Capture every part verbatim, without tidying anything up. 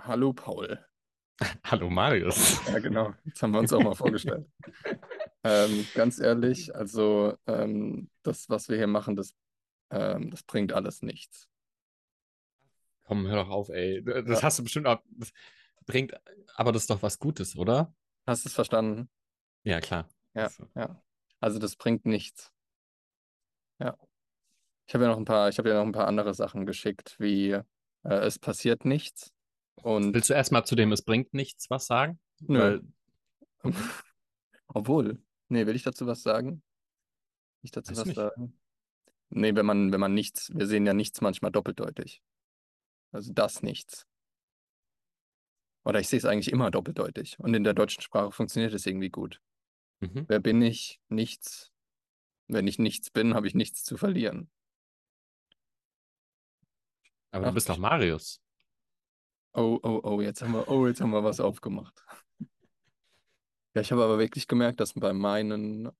Hallo Paul. Hallo Marius. Ja, genau. Jetzt haben wir uns auch mal vorgestellt. Ähm, ganz ehrlich, also ähm, das, was wir hier machen, das, ähm, das bringt alles nichts. Komm, hör doch auf, ey. Das Ja, hast du bestimmt auch. Das bringt, aber das ist doch was Gutes, oder? hast du es verstanden? Ja, klar. Ja, So. ja. Also das bringt nichts. Ja. Ich habe ja noch ein paar, ich habe ja noch ein paar andere Sachen geschickt, wie äh, es passiert nichts Willst und du erstmal zu dem Es bringt nichts was sagen? nö. Weil, okay, Obwohl, nee, will ich dazu was sagen? Nicht dazu weiß was nicht. sagen? Nee, wenn man, wenn man nichts, wir sehen ja nichts manchmal doppeldeutig. Also das nichts. Oder ich sehe es eigentlich immer doppeldeutig. Und in der deutschen Sprache funktioniert es irgendwie gut. Mhm. Wer bin ich? Nichts. Wenn ich nichts bin, habe ich nichts zu verlieren. Aber du Ach, bist doch Marius. oh, oh, oh, jetzt haben wir, oh, jetzt haben wir was aufgemacht. Ja, ich habe aber wirklich gemerkt, dass bei meinen,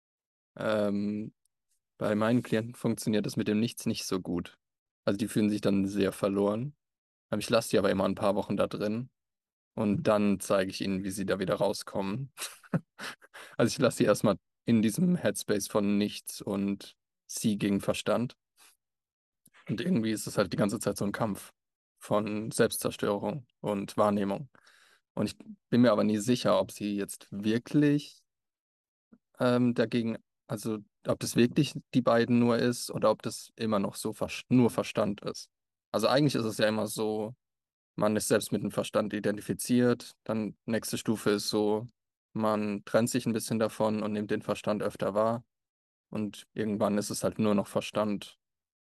ähm, bei meinen Klienten funktioniert das mit dem Nichts nicht so gut. Also die fühlen sich dann sehr verloren. Aber ich lasse die aber immer ein paar Wochen da drin und dann zeige ich ihnen, wie sie da wieder rauskommen. Also ich lasse sie erstmal in diesem Headspace von Nichts und Sie gegen Verstand. Und irgendwie ist es halt die ganze Zeit so ein Kampf von Selbstzerstörung und Wahrnehmung. Und ich bin mir aber nie sicher, ob sie jetzt wirklich ähm, dagegen, also ob das wirklich die beiden nur ist oder ob das immer noch so ver nur Verstand ist. Also eigentlich ist es ja immer so, man ist selbst mit dem Verstand identifiziert. Dann nächste Stufe ist so, man trennt sich ein bisschen davon und nimmt den Verstand öfter wahr. Und irgendwann ist es halt nur noch Verstand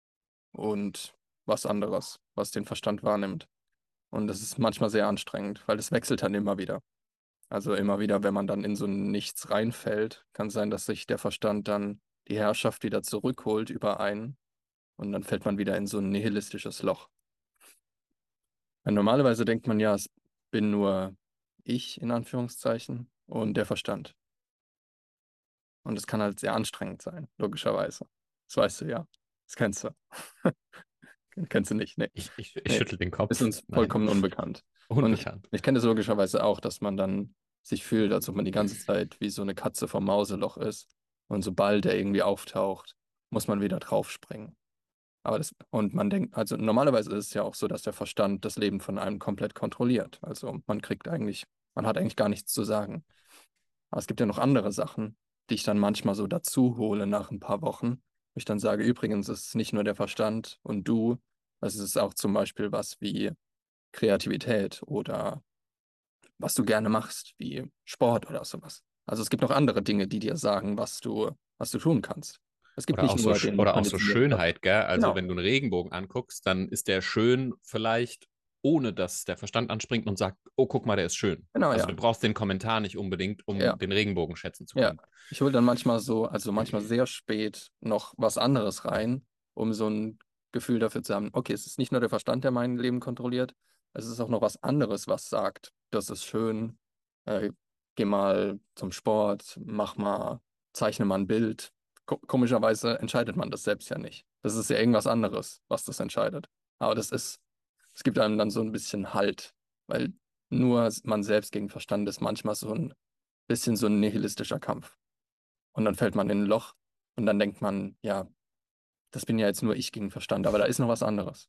und was anderes, was den Verstand wahrnimmt. Und das ist manchmal sehr anstrengend, weil es wechselt dann immer wieder. Also immer wieder, wenn man dann in so ein Nichts reinfällt, kann sein, dass sich der Verstand dann die Herrschaft wieder zurückholt über einen und dann fällt man wieder in so ein nihilistisches Loch. Weil normalerweise denkt man ja, es bin nur ich in Anführungszeichen und der Verstand. Und es kann halt sehr anstrengend sein, logischerweise. Das weißt du ja. Das kennst du. Kennst du nicht? Nee. Ich, ich, ich Nee. schüttel den Ist Kopf. uns Nein. vollkommen unbekannt. Und ich, Unbekannt. ich kenne es logischerweise auch, dass man dann sich fühlt, als ob man die ganze Zeit wie so eine Katze vom Mauseloch ist. Und sobald er irgendwie auftaucht, muss man wieder draufspringen. Aber das, und man denkt, also normalerweise ist es ja auch so, dass der Verstand das Leben von einem komplett kontrolliert. Also man kriegt eigentlich, man hat eigentlich gar nichts zu sagen. Aber es gibt ja noch andere Sachen, die ich dann manchmal so dazu hole nach ein paar Wochen. Wo ich dann sage, übrigens, es ist nicht nur der Verstand und du, es ist auch zum Beispiel was wie Kreativität oder was du gerne machst, wie Sport oder sowas. Also es gibt noch andere Dinge, die dir sagen, was du, was du tun kannst. Es gibt Oder nicht auch so, nur Sch- den oder auch so konditionierten Körper. Schönheit, gell? Also, Genau, wenn du einen Regenbogen anguckst, dann ist der schön vielleicht, ohne dass der Verstand anspringt und sagt, oh, guck mal, der ist schön. genau, Also, ja. du brauchst den Kommentar nicht unbedingt, Ja, um den Regenbogen schätzen zu ja. können. Ich hole dann manchmal so, also manchmal sehr spät noch was anderes rein, um so ein Gefühl dafür zu haben, okay, es ist nicht nur der Verstand, der mein Leben kontrolliert, es ist auch noch was anderes, was sagt, das ist schön, äh, geh mal zum Sport, mach mal, zeichne mal ein Bild. Ko komischerweise entscheidet man das selbst ja nicht. Das ist ja irgendwas anderes, was das entscheidet. Aber das ist, es gibt einem dann so ein bisschen Halt, weil nur man selbst gegen Verstand ist manchmal so ein bisschen so ein nihilistischer Kampf. Und dann fällt man in ein Loch und dann denkt man, ja, das bin ja jetzt nur ich gegen Verstand, aber da ist noch was anderes.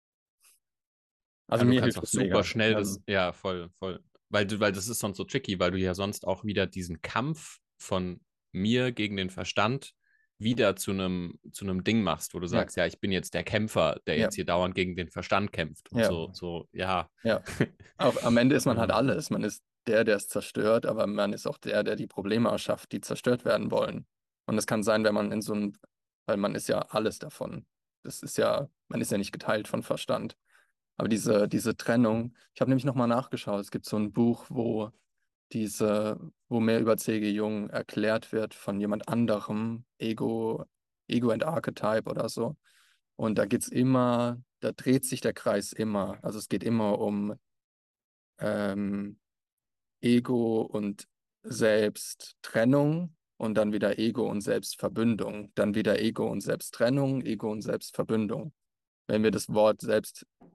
Also Ja, du mir kannst hilft auch das super mega. schnell das, Also, ja, voll, voll. Weil du, weil das ist sonst so tricky, weil du ja sonst auch wieder diesen Kampf von mir gegen den Verstand wieder zu einem, zu einem Ding machst, wo du ja, sagst, ja, ich bin jetzt der Kämpfer, der ja, jetzt hier dauernd gegen den Verstand kämpft und ja, so, so, ja. ja. Auch am Ende ist man halt Ähm, alles. Man ist der, der es zerstört, aber man ist auch der, der die Probleme erschafft, die zerstört werden wollen. Und es kann sein, wenn man in so einem, weil man ist ja alles davon. Das ist ja, man ist ja nicht geteilt von Verstand. Aber diese, diese Trennung, ich habe nämlich nochmal nachgeschaut, es gibt so ein Buch, wo diese, wo mehr über C G. Jung erklärt wird von jemand anderem, Ego, Ego and Archetype oder so. Und da geht's immer, da dreht sich der Kreis immer. Also es geht immer um ähm, Ego und Selbsttrennung und dann wieder Ego und Selbstverbündung, dann wieder Ego und Selbsttrennung, Ego und Selbstverbündung. Wenn wir das Wort selbst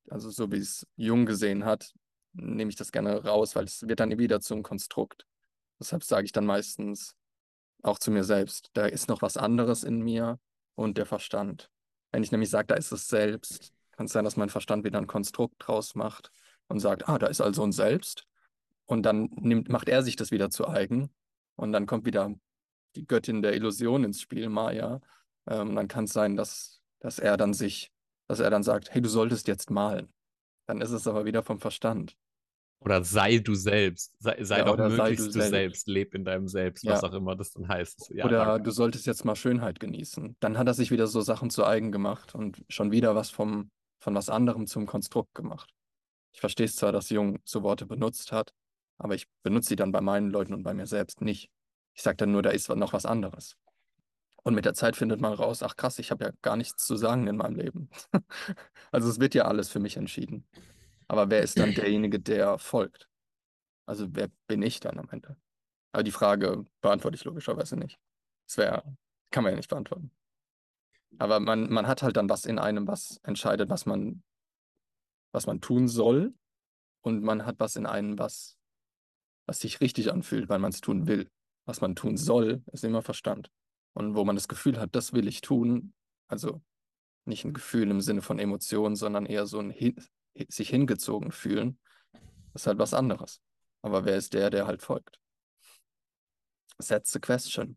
Also so wie es Jung gesehen hat, nehme ich das gerne raus, weil es wird dann wieder zum Konstrukt. Deshalb sage ich dann meistens auch zu mir selbst, da ist noch was anderes in mir und der Verstand. Wenn ich nämlich sage, da ist es selbst, kann es sein, dass mein Verstand wieder ein Konstrukt draus macht und sagt, ah, da ist also ein Selbst. Und dann nimmt, macht er sich das wieder zu eigen. Und dann kommt wieder die Göttin der Illusion ins Spiel, Maya. Ähm, dann kann es sein, dass, dass er dann sich, dass er dann sagt, hey, du solltest jetzt malen. Dann ist es aber wieder vom Verstand. Oder sei du selbst. Sei, sei Ja, doch oder sei du möglichst du selbst. selbst. Leb in deinem Selbst, was Ja, auch immer das dann heißt. Ja, oder danke. du solltest jetzt mal Schönheit genießen. Dann hat er sich wieder so Sachen zu eigen gemacht und schon wieder was vom, von was anderem zum Konstrukt gemacht. Ich verstehe es zwar, dass Jung so Worte benutzt hat, aber ich benutze sie dann bei meinen Leuten und bei mir selbst nicht. Ich sage dann nur, da ist noch was anderes. Und mit der Zeit findet man raus, ach krass, ich habe ja gar nichts zu sagen in meinem Leben. Also es wird ja alles für mich entschieden. Aber wer ist dann derjenige, der folgt? Also wer bin ich dann am Ende? Aber die Frage beantworte ich logischerweise nicht. Das wäre, kann man ja nicht beantworten. Aber man, man hat halt dann was in einem, was entscheidet, was man, was man tun soll. Und man hat was in einem, was, was sich richtig anfühlt, weil man es tun will. Was man tun soll, ist immer Verstand. Und wo man das Gefühl hat, das will ich tun, also nicht ein Gefühl im Sinne von Emotionen, sondern eher so ein hin, sich hingezogen fühlen, ist halt was anderes. Aber wer ist der, der halt folgt? That's the question.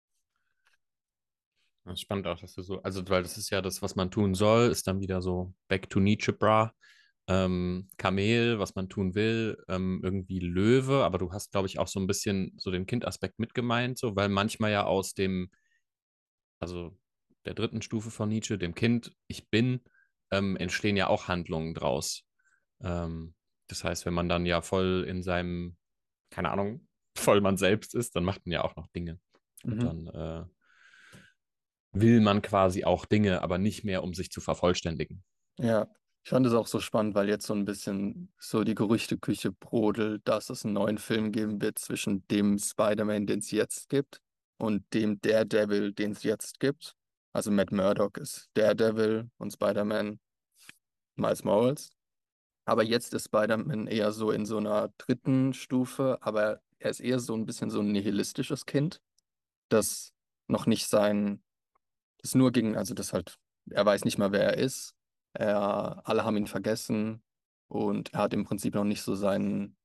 Das ist spannend auch, dass du so, also weil das ist ja das, was man tun soll, ist dann wieder so back to Nietzsche, bra. Ähm, Kamel, was man tun will, ähm, irgendwie Löwe, aber du hast, glaube ich, auch so ein bisschen so den Kindaspekt mitgemeint, so, weil manchmal ja aus dem, also der dritten Stufe von Nietzsche, dem Kind, ich bin, ähm, entstehen ja auch Handlungen draus. Ähm, das heißt, wenn man dann ja voll in seinem, keine Ahnung, voll man selbst ist, dann macht man ja auch noch Dinge. Und Mhm. dann äh, will man quasi auch Dinge, aber nicht mehr, um sich zu vervollständigen. Ja, ich fand es auch so spannend, weil jetzt so ein bisschen so die Gerüchteküche brodelt, dass es einen neuen Film geben wird zwischen dem Spider-Man, den es jetzt gibt, und dem Daredevil, den es jetzt gibt. Also Matt Murdock ist Daredevil und Spider-Man Miles Morales. Aber jetzt ist Spider-Man eher so in so einer dritten Stufe, aber er ist eher so ein bisschen so ein nihilistisches Kind, das noch nicht sein, das nur gegen, also das halt, er weiß nicht mal, wer er ist. Er, alle haben ihn vergessen und er hat im Prinzip noch nicht so seinen,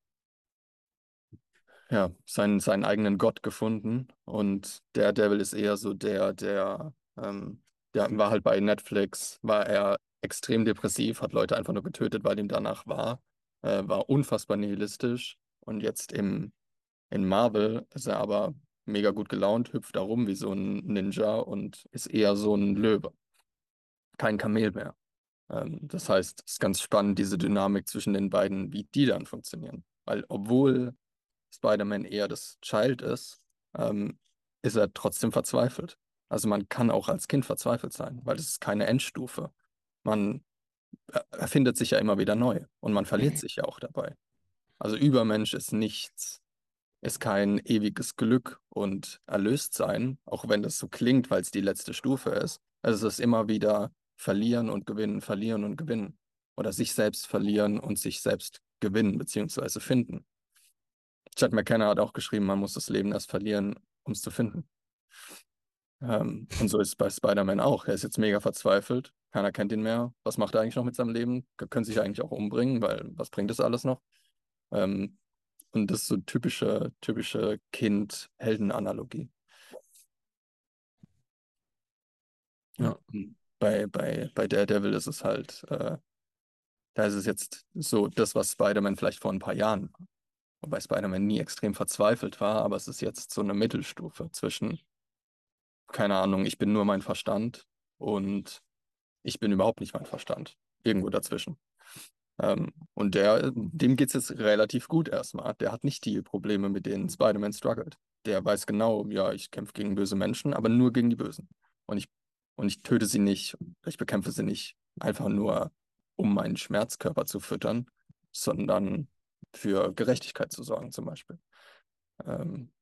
ja, seinen, seinen eigenen Gott gefunden. Und Daredevil ist eher so der, der, ähm, der war halt bei Netflix, war er extrem depressiv, hat Leute einfach nur getötet, weil ihm danach war, äh, war unfassbar nihilistisch. Und jetzt im, in Marvel ist er aber mega gut gelaunt, hüpft da rum wie so ein Ninja und ist eher so ein Löwe, kein Kamel mehr. Ähm, das heißt, es ist ganz spannend, diese Dynamik zwischen den beiden, wie die dann funktionieren. Weil obwohl Spider-Man eher das Child ist, ähm, ist er trotzdem verzweifelt. Also man kann auch als Kind verzweifelt sein, weil es ist keine Endstufe. Man er- erfindet sich ja immer wieder neu und man verliert sich ja auch dabei. Also Übermensch ist nichts, ist kein ewiges Glück und Erlöstsein, auch wenn das so klingt, weil es die letzte Stufe ist. Also es ist immer wieder verlieren und gewinnen, verlieren und gewinnen. Oder sich selbst verlieren und sich selbst gewinnen beziehungsweise finden. Chad McKenna hat auch geschrieben, man muss das Leben erst verlieren, um es zu finden. Ähm, und so ist es bei Spider-Man auch. Er ist jetzt mega verzweifelt. Keiner kennt ihn mehr. Was macht er eigentlich noch mit seinem Leben? Er könnte sich eigentlich auch umbringen, weil was bringt das alles noch? Ähm, und das ist so typische, typische Kind-Helden-Analogie. Ja. Ja. Bei, bei, bei Daredevil ist es halt, äh, da ist es jetzt so das, was Spider-Man vielleicht vor ein paar Jahren war. Wobei Spider-Man nie extrem verzweifelt war, aber es ist jetzt so eine Mittelstufe zwischen, keine Ahnung, ich bin nur mein Verstand und ich bin überhaupt nicht mein Verstand. Irgendwo dazwischen. Ähm, und der, dem geht es jetzt relativ gut erstmal. Der hat nicht die Probleme, mit denen Spider-Man struggelt. Der weiß genau, ja, ich kämpfe gegen böse Menschen, aber nur gegen die Bösen. Und ich, und ich töte sie nicht, ich bekämpfe sie nicht, einfach nur, um meinen Schmerzkörper zu füttern, sondern für Gerechtigkeit zu sorgen, zum Beispiel. Ähm,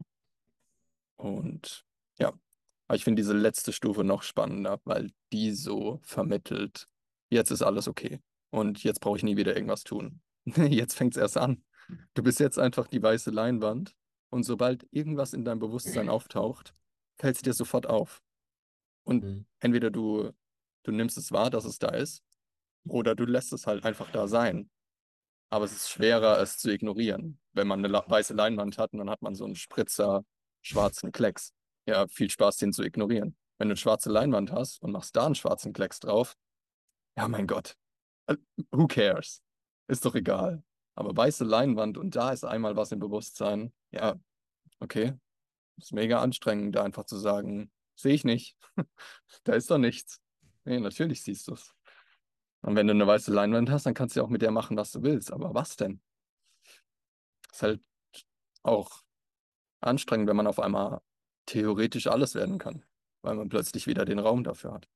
und ja, aber ich finde diese letzte Stufe noch spannender, weil die so vermittelt, jetzt ist alles okay. und jetzt brauche ich nie wieder irgendwas tun. Jetzt fängt es erst an. Du bist jetzt einfach die weiße Leinwand und sobald irgendwas in deinem Bewusstsein auftaucht, fällt es dir sofort auf. Und Mhm. entweder du, du nimmst es wahr, dass es da ist, oder du lässt es halt einfach da sein. Aber es ist schwerer, es zu ignorieren. Wenn man eine la- weiße Leinwand hat und dann hat man so einen Spritzer schwarzen Klecks. Ja, viel Spaß, den zu ignorieren. Wenn du eine schwarze Leinwand hast und machst da einen schwarzen Klecks drauf, ja, mein Gott, äh, who cares? Ist doch egal. Aber weiße Leinwand und da ist einmal was im Bewusstsein. Ja, okay, ist mega anstrengend, da einfach zu sagen, sehe ich nicht. Da ist doch nichts. Nee, natürlich siehst du es. Und wenn du eine weiße Leinwand hast, dann kannst du ja auch mit der machen, was du willst. Aber was denn? Ist halt auch anstrengend, wenn man auf einmal theoretisch alles werden kann, weil man plötzlich wieder den Raum dafür hat.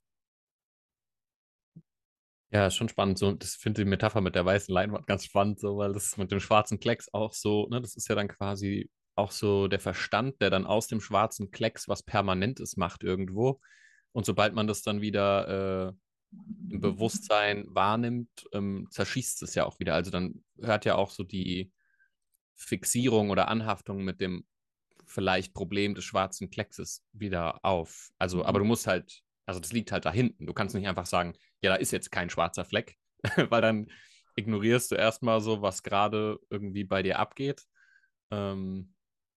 Ja, ist schon spannend. So, das finde die Metapher mit der weißen Leinwand ganz spannend, so, weil das mit dem schwarzen Klecks auch so, ne, das ist ja dann quasi auch so der Verstand, der dann aus dem schwarzen Klecks was Permanentes macht irgendwo. Und sobald man das dann wieder äh, im Bewusstsein wahrnimmt, ähm, zerschießt es ja auch wieder. Also dann hört ja auch so die Fixierung oder Anhaftung mit dem vielleicht Problem des schwarzen Kleckses wieder auf. Also, aber Mhm. du musst halt, also das liegt halt da hinten. Du kannst nicht einfach sagen, ja, da ist jetzt kein schwarzer Fleck, weil dann ignorierst du erstmal so, was gerade irgendwie bei dir abgeht. Ähm,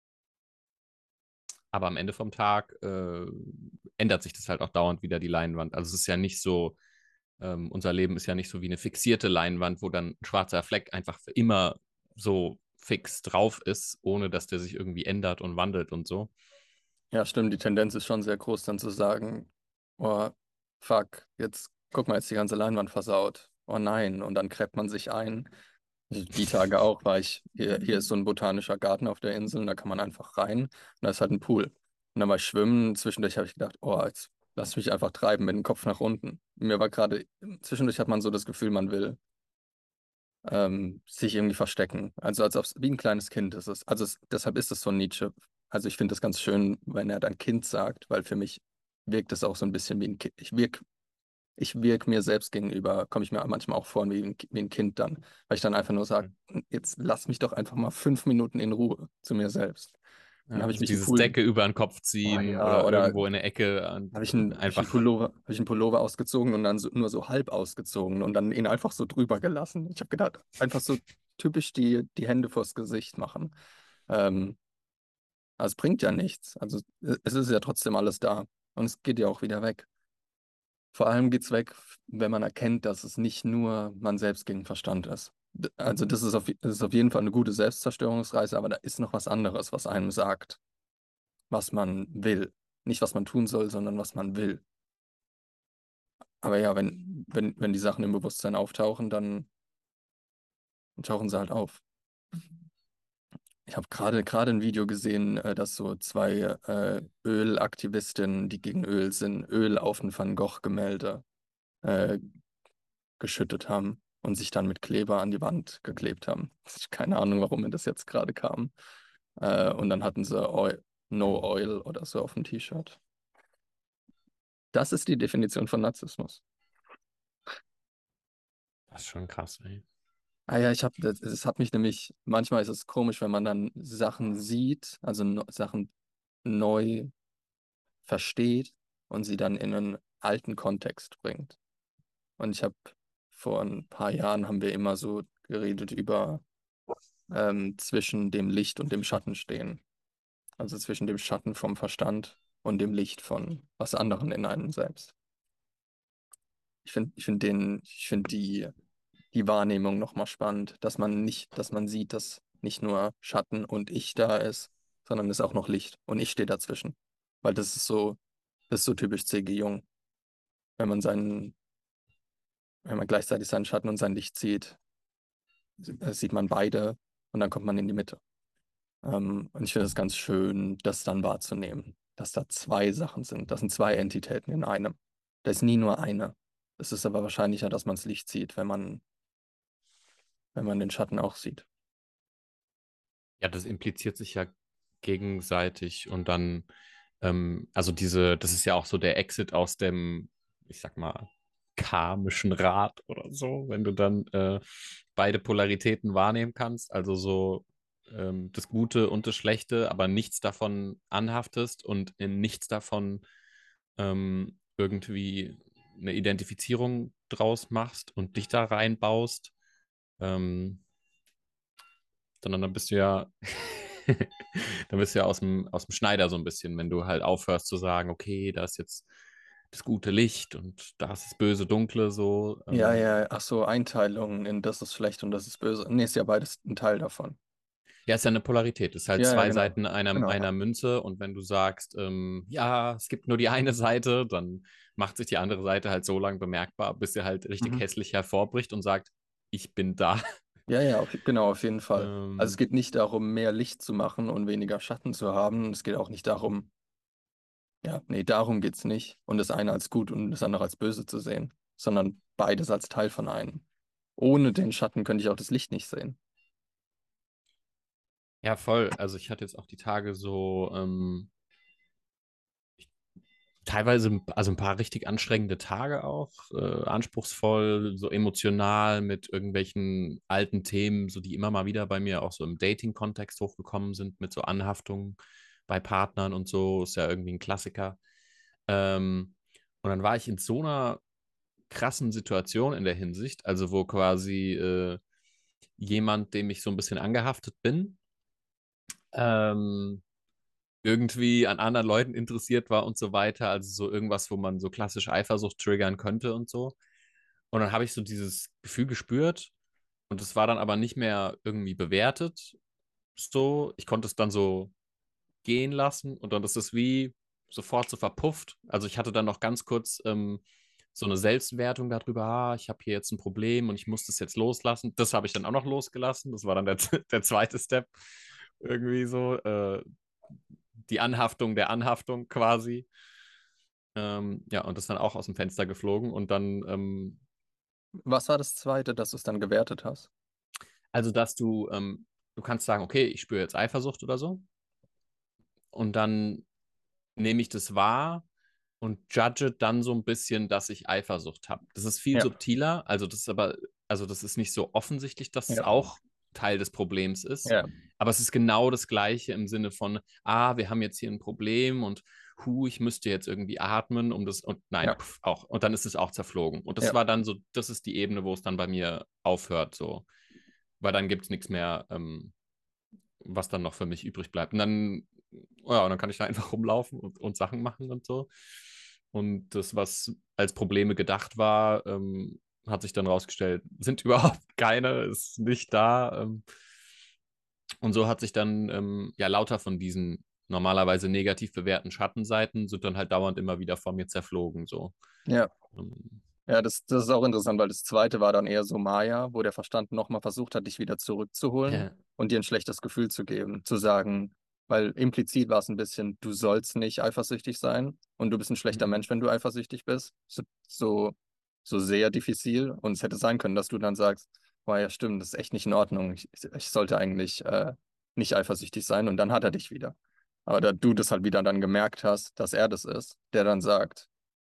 aber am Ende vom Tag äh, ändert sich das halt auch dauernd wieder die Leinwand. Also es ist ja nicht so, ähm, unser Leben ist ja nicht so wie eine fixierte Leinwand, wo dann ein schwarzer Fleck einfach für immer so fix drauf ist, ohne dass der sich irgendwie ändert und wandelt und so. Ja, stimmt, die Tendenz ist schon sehr groß, dann zu sagen, oh, fuck, jetzt guck mal, jetzt die ganze Leinwand versaut. Oh nein, und dann gräbt man sich ein. Die Tage auch war ich, hier, hier ist so ein botanischer Garten auf der Insel und da kann man einfach rein und da ist halt ein Pool. Und dann war ich schwimmen, zwischendurch habe ich gedacht, oh, jetzt lass mich einfach treiben mit dem Kopf nach unten. Mir war gerade, zwischendurch hat man so das Gefühl, man will ähm, sich irgendwie verstecken. Also als ob es wie ein kleines Kind ist es. Also es, deshalb ist es so Nietzsche. Also ich finde das ganz schön, wenn er dann Kind sagt, weil für mich wirkt es auch so ein bisschen wie ein Kind. Ich wirk, ich wirk mir selbst gegenüber, komme ich mir manchmal auch vor wie ein, wie ein Kind dann, weil ich dann einfach nur sage, jetzt lass mich doch einfach mal fünf Minuten in Ruhe zu mir selbst. Dann Ja, habe ich also mich einen dieses Pool, Decke über den Kopf oh ziehen ja, oder oder irgendwo in eine Ecke an- habe ich einen, hab ich einen einfach. Pullover, habe ich einen Pullover ausgezogen und dann so, nur so halb ausgezogen und dann ihn einfach so drüber gelassen. Ich habe gedacht, einfach so typisch die, die Hände vors Gesicht machen. Ähm, aber es bringt ja nichts. Also äh, es ist ja trotzdem alles da und es geht ja auch wieder weg. Vor allem geht es weg, wenn man erkennt, dass es nicht nur man selbst gegen Verstand ist. D- Also das ist auf, das ist auf jeden Fall eine gute Selbstzerstörungsreise, aber da ist noch was anderes, was einem sagt, was man will. Nicht, was man tun soll, sondern was man will. Aber ja, wenn, wenn, wenn die Sachen im Bewusstsein auftauchen, dann tauchen sie halt auf. Ich habe gerade gerade ein Video gesehen, äh, dass so zwei äh, Ölaktivistinnen, die gegen Öl sind, Öl auf ein Van Gogh-Gemälde äh, geschüttet haben und sich dann mit Kleber an die Wand geklebt haben. Keine Ahnung, warum mir das jetzt gerade kam. Äh, und dann hatten sie Oil, No Oil oder so auf dem T-Shirt. Das ist die Definition von Narzissmus. Das ist schon krass, ey. Ah ja, ich habe, das, das hat mich nämlich, manchmal ist es komisch, wenn man dann Sachen sieht, also no, Sachen neu versteht und sie dann in einen alten Kontext bringt. Und ich habe vor ein paar Jahren haben wir immer so geredet über ähm, zwischen dem Licht und dem Schatten stehen. Also zwischen dem Schatten vom Verstand und dem Licht von was anderem in einem selbst. Ich finde, ich finde den, ich finde die, die Wahrnehmung nochmal spannend, dass man nicht, dass man sieht, dass nicht nur Schatten und ich da ist, sondern es ist auch noch Licht und ich stehe dazwischen. Weil das ist so, das ist so typisch C G. Jung. Wenn man seinen, wenn man gleichzeitig seinen Schatten und sein Licht sieht, äh, sieht man beide und dann kommt man in die Mitte. Ähm, und ich finde es ganz schön, das dann wahrzunehmen, dass da zwei Sachen sind. Das sind zwei Entitäten in einem. Da ist nie nur eine. Es ist aber wahrscheinlicher, dass man das Licht sieht, wenn man, wenn man den Schatten auch sieht. Ja, das impliziert sich ja gegenseitig und dann, ähm, also diese, das ist ja auch so der Exit aus dem, ich sag mal, karmischen Rat oder so, wenn du dann äh, beide Polaritäten wahrnehmen kannst, also so ähm, das Gute und das Schlechte, aber nichts davon anhaftest und in nichts davon ähm, irgendwie eine Identifizierung draus machst und dich da reinbaust, ähm, sondern dann bist du ja, dann bist du ja aus dem, aus dem Schneider so ein bisschen, wenn du halt aufhörst zu sagen, okay, da ist jetzt das gute Licht und da ist das böse Dunkle so. Ja, Ähm, ja, ach so, Einteilungen in das ist schlecht und das ist böse. Nee, ist ja beides ein Teil davon. Ja, ist ja eine Polarität. Es ist halt Ja, ja, zwei genau. Seiten einer, Genau, ja. einer Münze und wenn du sagst, ähm, ja, es gibt nur die eine Seite, dann macht sich die andere Seite halt so lange bemerkbar, bis sie halt richtig Mhm. hässlich hervorbricht und sagt, ich bin da. Ja, ja, auf, genau, auf jeden Fall. Also es Ähm, geht nicht darum, mehr Licht zu machen und weniger Schatten zu haben. Es geht auch nicht darum, ja, nee, darum geht's nicht. Und das eine als gut und das andere als böse zu sehen, sondern beides als Teil von einem. Ohne den Schatten könnte ich auch das Licht nicht sehen. ja, voll. Also ich hatte jetzt auch die Tage so ähm, teilweise, also ein paar richtig anstrengende Tage auch, äh, anspruchsvoll, so emotional mit irgendwelchen alten Themen, so die immer mal wieder bei mir auch so im Dating-Kontext hochgekommen sind, mit so Anhaftungen bei Partnern und so, ist ja irgendwie ein Klassiker. Ähm, und dann war ich in so einer krassen Situation in der Hinsicht, also wo quasi äh, jemand, dem ich so ein bisschen angehaftet bin, ähm, irgendwie an anderen Leuten interessiert war und so weiter. Also so irgendwas, wo man so klassisch Eifersucht triggern könnte und so. Und dann habe ich so dieses Gefühl gespürt und es war dann aber nicht mehr irgendwie bewertet. So, ich konnte es dann so gehen lassen und dann ist es wie sofort so verpufft. Also ich hatte dann noch ganz kurz ähm, so eine Selbstwertung darüber, ah, ich habe hier jetzt ein Problem und ich muss das jetzt loslassen. Das habe ich dann auch noch losgelassen. Das war dann der, der zweite Step irgendwie so. Äh, die Anhaftung der Anhaftung quasi. Ähm, ja, und ist dann auch aus dem Fenster geflogen. Und dann, ähm, Was war das Zweite, dass du es dann gewertet hast? also dass du, ähm, du kannst sagen, okay, ich spüre jetzt Eifersucht oder so. Und dann nehme ich das wahr und judge dann so ein bisschen, dass ich Eifersucht habe. Das ist viel Ja, subtiler, also das ist aber, also das ist nicht so offensichtlich, dass es ja, auch Teil des Problems ist. ja, Aber es ist genau das Gleiche im Sinne von, ah, wir haben jetzt hier ein Problem und hu, ich müsste jetzt irgendwie atmen, um das, und nein, ja, pf, auch. Und dann ist es auch zerflogen. Und das ja. war dann so, das ist die Ebene, wo es dann bei mir aufhört, so. Weil dann gibt es nichts mehr, ähm, was dann noch für mich übrig bleibt. Und dann, ja, und dann kann ich da einfach rumlaufen und, und Sachen machen und so. Und das, was als Probleme gedacht war, ähm, hat sich dann rausgestellt, sind überhaupt keine, ist nicht da. Ähm, und so hat sich dann ähm, ja lauter von diesen normalerweise negativ bewährten Schattenseiten sind dann halt dauernd immer wieder vor mir zerflogen. So. Ja. Ähm, Ja, das, das ist auch interessant, weil das zweite war dann eher so Maya, wo der Verstand nochmal versucht hat, dich wieder zurückzuholen ja. und dir ein schlechtes Gefühl zu geben, zu sagen, weil implizit war es ein bisschen, du sollst nicht eifersüchtig sein und du bist ein schlechter Mhm. Mensch, wenn du eifersüchtig bist. So, so, so sehr diffizil. Und es hätte sein können, dass du dann sagst, boah, ja, stimmt, das ist echt nicht in Ordnung. Ich, ich sollte eigentlich äh, nicht eifersüchtig sein und dann hat er dich wieder. Aber da du das halt wieder dann gemerkt hast, dass er das ist, der dann sagt,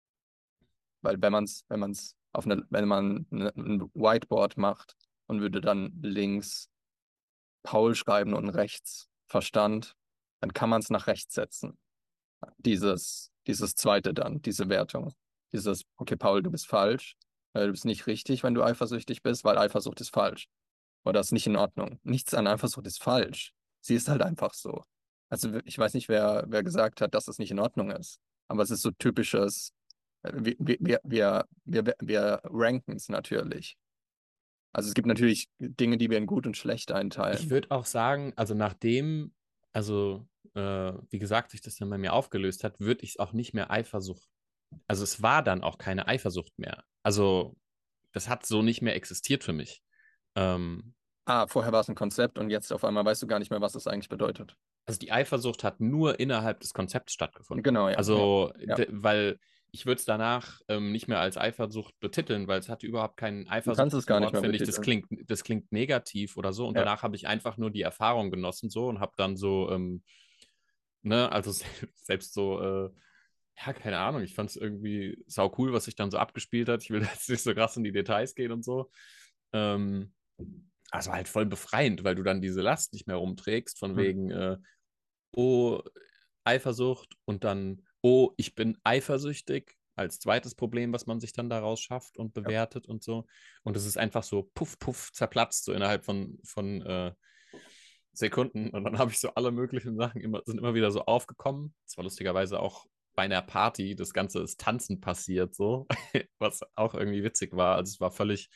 weil wenn man es, wenn man es auf eine, wenn man eine, ein Whiteboard macht und würde dann links Paul schreiben und rechts Verstand, dann kann man es nach rechts setzen. Dieses, dieses zweite dann, diese Wertung. Dieses, okay, Paul, du bist falsch. Äh, Du bist nicht richtig, wenn du eifersüchtig bist, weil Eifersucht ist falsch. Oder ist nicht in Ordnung. Nichts an Eifersucht ist falsch. Sie ist halt einfach so. Also ich weiß nicht, wer, wer gesagt hat, dass es nicht in Ordnung ist. Aber es ist so typisches, äh, wir, wir, wir, wir, wir, wir ranken es natürlich. Also es gibt natürlich Dinge, die wir in gut und schlecht Ich einteilen. würde auch sagen, also nachdem, also äh, wie gesagt, sich das dann bei mir aufgelöst hat, würde ich es auch nicht mehr Eifersucht. Also es war dann auch keine Eifersucht mehr. Also das hat so nicht mehr existiert für mich. Ähm, Ah, vorher war es ein Konzept und jetzt auf einmal weißt du gar nicht mehr, was es eigentlich bedeutet. also die Eifersucht hat nur innerhalb des Konzepts stattgefunden. Genau, ja, ja, Also, ja. weil ich würde es danach ähm, nicht mehr als Eifersucht betiteln, weil es hatte überhaupt kein Du kannst es eifersüchtiges gar nicht Wort, mehr finde ich. Das betiteln. klingt, das klingt negativ oder so. Und Ja, danach habe ich einfach nur die Erfahrung genossen so und habe dann so, ähm, ne, also selbst so äh, ja, keine Ahnung, ich fand es irgendwie sau cool, was sich dann so abgespielt hat. Ich will jetzt nicht so krass in die Details gehen und so. Ähm, also halt voll befreiend, weil du dann diese Last nicht mehr rumträgst, von Hm. wegen, äh, oh, Eifersucht und dann, oh, ich bin eifersüchtig als zweites Problem, was man sich dann daraus schafft und Ja. bewertet und so. Und es ist einfach so puff, puff, zerplatzt, so innerhalb von, von äh, Sekunden. Und dann habe ich so alle möglichen Sachen immer, sind immer wieder so aufgekommen. Das war lustigerweise auch bei einer Party, das Ganze ist tanzend passiert, so, was auch irgendwie witzig war. Also es war völlig,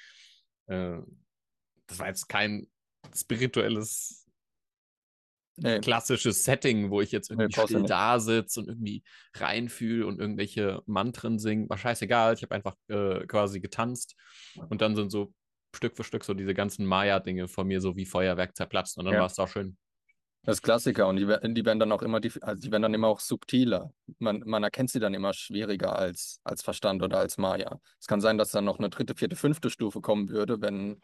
äh, das war jetzt kein spirituelles Nee, klassisches Setting, wo ich jetzt nee, irgendwie brauchst du still nicht. da sitze und irgendwie reinfühle und irgendwelche Mantren singe. War scheißegal. Ich habe einfach äh, quasi getanzt und dann sind so Stück für Stück so diese ganzen Maya-Dinge von mir so wie Feuerwerk zerplatzt und dann war Ja. es auch schön. Das ist Klassiker und die, wer- die werden dann auch immer, die, also die werden dann immer auch subtiler. Man, man erkennt sie dann immer schwieriger als, als Verstand oder als Maya. Es kann sein, dass dann noch eine dritte, vierte, fünfte Stufe kommen würde, wenn,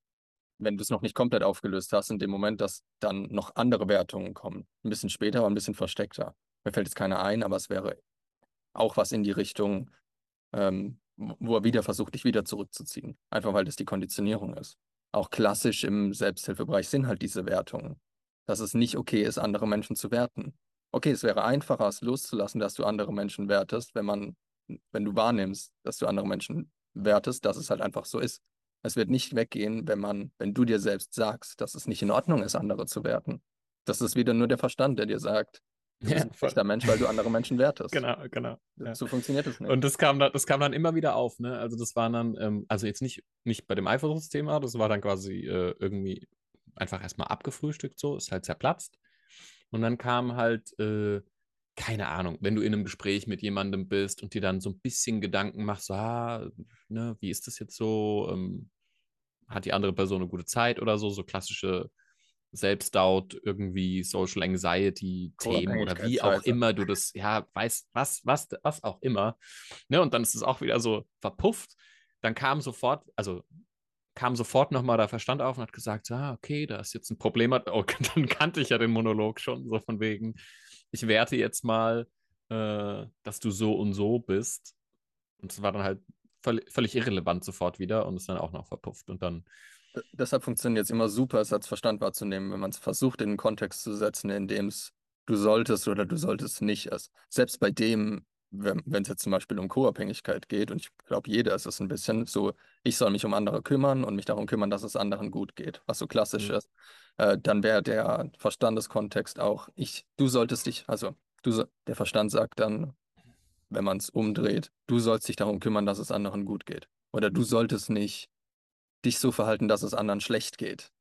wenn du es noch nicht komplett aufgelöst hast, in dem Moment, dass dann noch andere Wertungen kommen. Ein bisschen später, aber ein bisschen versteckter. Mir fällt jetzt keine ein, aber es wäre auch was in die Richtung, ähm, wo er wieder versucht, dich wieder zurückzuziehen. Einfach weil das die Konditionierung ist. Auch klassisch im Selbsthilfebereich sind halt diese Wertungen. Dass es nicht okay ist, andere Menschen zu werten. Okay, es wäre einfacher, es loszulassen, dass du andere Menschen wertest, wenn man, wenn du wahrnimmst, dass du andere Menschen wertest, dass es halt einfach so ist. Es wird nicht weggehen, wenn man, wenn du dir selbst sagst, dass es nicht in Ordnung ist, andere zu werten. Das ist wieder nur der Verstand, der dir sagt, du bist Ja, ein voll. schlechter Mensch, weil du andere Menschen wertest. Genau, genau. Ja. So funktioniert es nicht. Und das kam dann, das kam dann immer wieder auf, ne? Also das waren dann, ähm, also jetzt nicht, nicht bei dem Eifersuchtsthema, das war dann quasi äh, irgendwie einfach erstmal abgefrühstückt, so, ist halt zerplatzt. Und dann kam halt, äh, keine Ahnung, wenn du in einem Gespräch mit jemandem bist und dir dann so ein bisschen Gedanken machst, so, ah, ne, wie ist das jetzt so? Ähm, hat die andere Person eine gute Zeit oder so, so klassische Selbstdoubt, irgendwie Social Anxiety-Themen oder wie auch Co-Abhängigkeitsscheiße. immer du das, ja, weißt, was, was, was auch immer. Ne? Und dann ist es auch wieder so verpufft. Dann kam sofort, also kam sofort nochmal der Verstand auf und hat gesagt, ah, okay, da ist jetzt ein Problem. Oh, dann kannte ich ja den Monolog schon, so von wegen, ich werte jetzt mal, äh, dass du so und so bist. Und es war dann halt völlig, völlig irrelevant sofort wieder und ist dann auch noch verpufft. Und dann, D- Deshalb funktioniert es immer super, es als Verstand wahrzunehmen, wenn man es versucht, in einen Kontext zu setzen, in dem es du solltest oder du solltest nicht ist. Selbst bei dem, wenn wenn es jetzt zum Beispiel um Co-Abhängigkeit geht, und ich glaube, jeder ist es ein bisschen so, ich soll mich um andere kümmern und mich darum kümmern, dass es anderen gut geht, was so klassisch hm, ist, äh, dann wäre der Verstandeskontext auch, ich, du solltest dich, also du, so- der Verstand sagt dann, wenn man es umdreht, du sollst dich darum kümmern, dass es anderen gut geht. Oder du solltest nicht dich so verhalten, dass es anderen schlecht geht.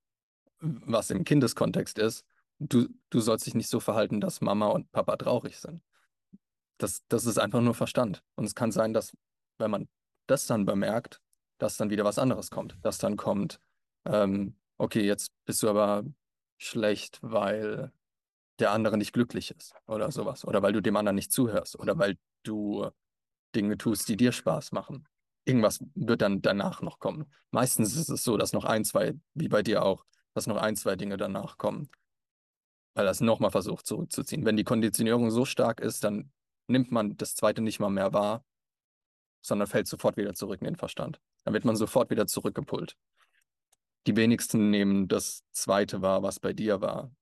Was im Kindeskontext ist, du, du sollst dich nicht so verhalten, dass Mama und Papa traurig sind. Das, das ist einfach nur Verstand. Und es kann sein, dass, wenn man das dann bemerkt, dass dann wieder was anderes kommt. Dass dann kommt, ähm, okay, jetzt bist du aber schlecht, weil der andere nicht glücklich ist oder sowas. Oder weil du dem anderen nicht zuhörst. Oder weil du Dinge tust, die dir Spaß machen. Irgendwas wird dann danach noch kommen. Meistens ist es so, dass noch ein, zwei, wie bei dir auch, dass noch ein, zwei Dinge danach kommen, weil er es nochmal versucht zurückzuziehen. Wenn die Konditionierung so stark ist, dann nimmt man das zweite nicht mal mehr wahr, sondern fällt sofort wieder zurück in den Verstand. Dann wird man sofort wieder zurückgepult. Die wenigsten nehmen das zweite wahr, was bei dir war,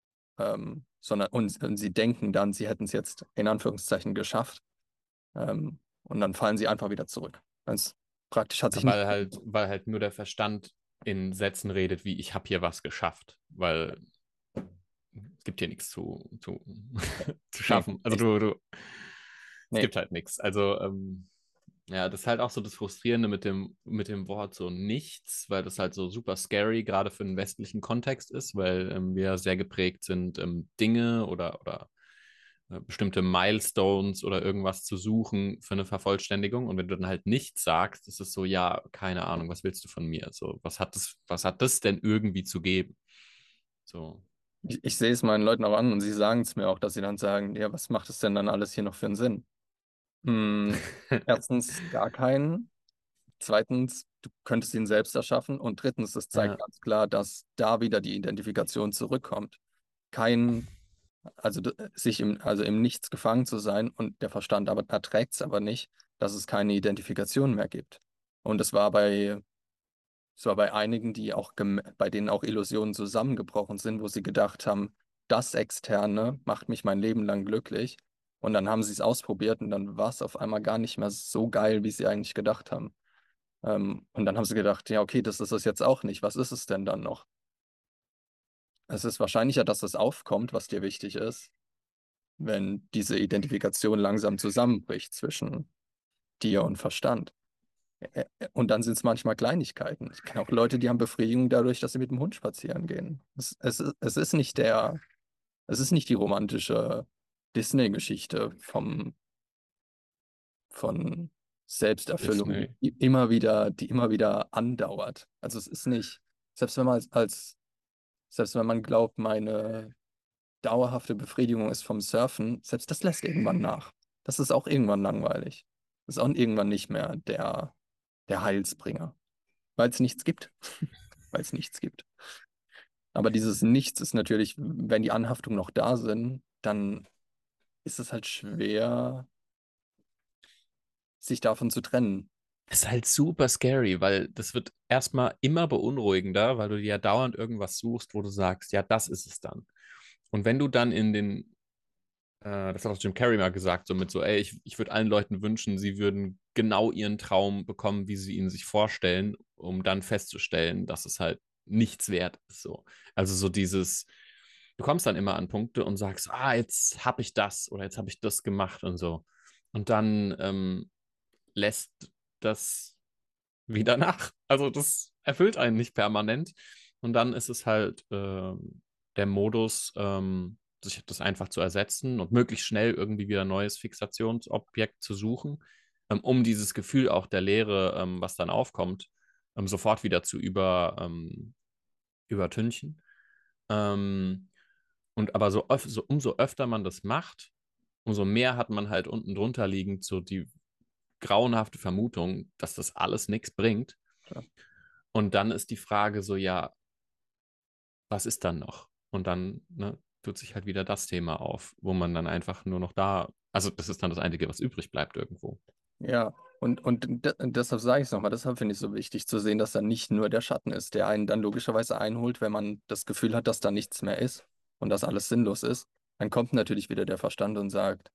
ähm, sondern und, und sie denken dann, sie hätten es jetzt in Anführungszeichen geschafft, ähm, und dann fallen sie einfach wieder zurück. Ganz praktisch hat sich nicht. weil halt, weil halt nur der Verstand in Sätzen redet, wie ich habe hier was geschafft, weil es gibt hier nichts zu, zu, zu Nee, schaffen. Also ich, du, du, es nee. gibt halt nichts. Also ähm, ja, das ist halt auch so das Frustrierende mit dem, mit dem Wort so nichts, weil das halt so super scary gerade für den westlichen Kontext ist, weil ähm, wir sehr geprägt sind, ähm, Dinge oder, oder äh, bestimmte Milestones oder irgendwas zu suchen für eine Vervollständigung. Und wenn du dann halt nichts sagst, ist es so, ja, keine Ahnung, was willst du von mir? So, was hat das, was hat das denn irgendwie zu geben? So. Ich, ich sehe es meinen Leuten auch an und sie sagen es mir auch, dass sie dann sagen, ja, was macht es denn dann alles hier noch für einen Sinn? Hm, erstens gar keinen. Zweitens, du könntest ihn selbst erschaffen. Und drittens, es zeigt Ja, ganz klar, dass da wieder die Identifikation zurückkommt. Kein, Also d- sich im, also im Nichts gefangen zu sein und der Verstand aber erträgt es aber nicht, dass es keine Identifikation mehr gibt. Und es war bei, es war bei einigen, die auch gem- bei denen auch Illusionen zusammengebrochen sind, wo sie gedacht haben, das Externe macht mich mein Leben lang glücklich. Und dann haben sie es ausprobiert und dann war es auf einmal gar nicht mehr so geil, wie sie eigentlich gedacht haben. Ähm, und dann haben sie gedacht, ja, okay, das ist es jetzt auch nicht. Was ist es denn dann noch? Es ist wahrscheinlicher, dass es aufkommt, was dir wichtig ist, wenn diese Identifikation langsam zusammenbricht zwischen dir und Verstand. Ä- ä- Und dann sind es manchmal Kleinigkeiten. Ich kenne auch Leute, die haben Befriedigung dadurch, dass sie mit dem Hund spazieren gehen. Es, es, ist- es ist nicht der, es ist nicht die romantische Disney-Geschichte vom, von Selbsterfüllung, Disney. die immer wieder, die immer wieder andauert. Also es ist nicht, selbst wenn man als, als selbst wenn man glaubt, meine dauerhafte Befriedigung ist vom Surfen, selbst das lässt irgendwann nach. Das ist auch irgendwann langweilig. Das ist auch irgendwann nicht mehr der, der Heilsbringer, weil es nichts gibt. Weil es nichts gibt. Aber dieses Nichts ist natürlich, wenn die Anhaftungen noch da sind, dann ist es halt schwer, sich davon zu trennen. Das ist halt super scary, weil das wird erstmal immer beunruhigender, weil du dir ja dauernd irgendwas suchst, wo du sagst, ja, das ist es dann. Und wenn du dann in den, äh, das hat auch Jim Carrey mal gesagt, so mit so, ey, ich, ich würde allen Leuten wünschen, sie würden genau ihren Traum bekommen, wie sie ihn sich vorstellen, um dann festzustellen, dass es halt nichts wert ist. So. Also so dieses, du kommst dann immer an Punkte und sagst, ah, jetzt habe ich das oder jetzt habe ich das gemacht und so. Und dann ähm, lässt das wieder nach. Also das erfüllt einen nicht permanent. Und dann ist es halt ähm, der Modus, ähm, sich das einfach zu ersetzen und möglichst schnell irgendwie wieder ein neues Fixationsobjekt zu suchen, ähm, um dieses Gefühl auch der Leere, ähm, was dann aufkommt, ähm, sofort wieder zu über, ähm, übertünchen. Ähm, und aber so, öf so umso öfter man das macht, umso mehr hat man halt unten drunter liegend so die grauenhafte Vermutung, dass das alles nichts bringt. Ja. Und dann ist die Frage so, ja, was ist dann noch? Und dann ne, tut sich halt wieder das Thema auf, wo man dann einfach nur noch da, also das ist dann das Einzige, was übrig bleibt irgendwo. Ja, und, und de deshalb sage ich es nochmal, deshalb finde ich es so wichtig zu sehen, dass da nicht nur der Schatten ist, der einen dann logischerweise einholt, wenn man das Gefühl hat, dass da nichts mehr ist und dass alles sinnlos ist. Dann kommt natürlich wieder der Verstand und sagt,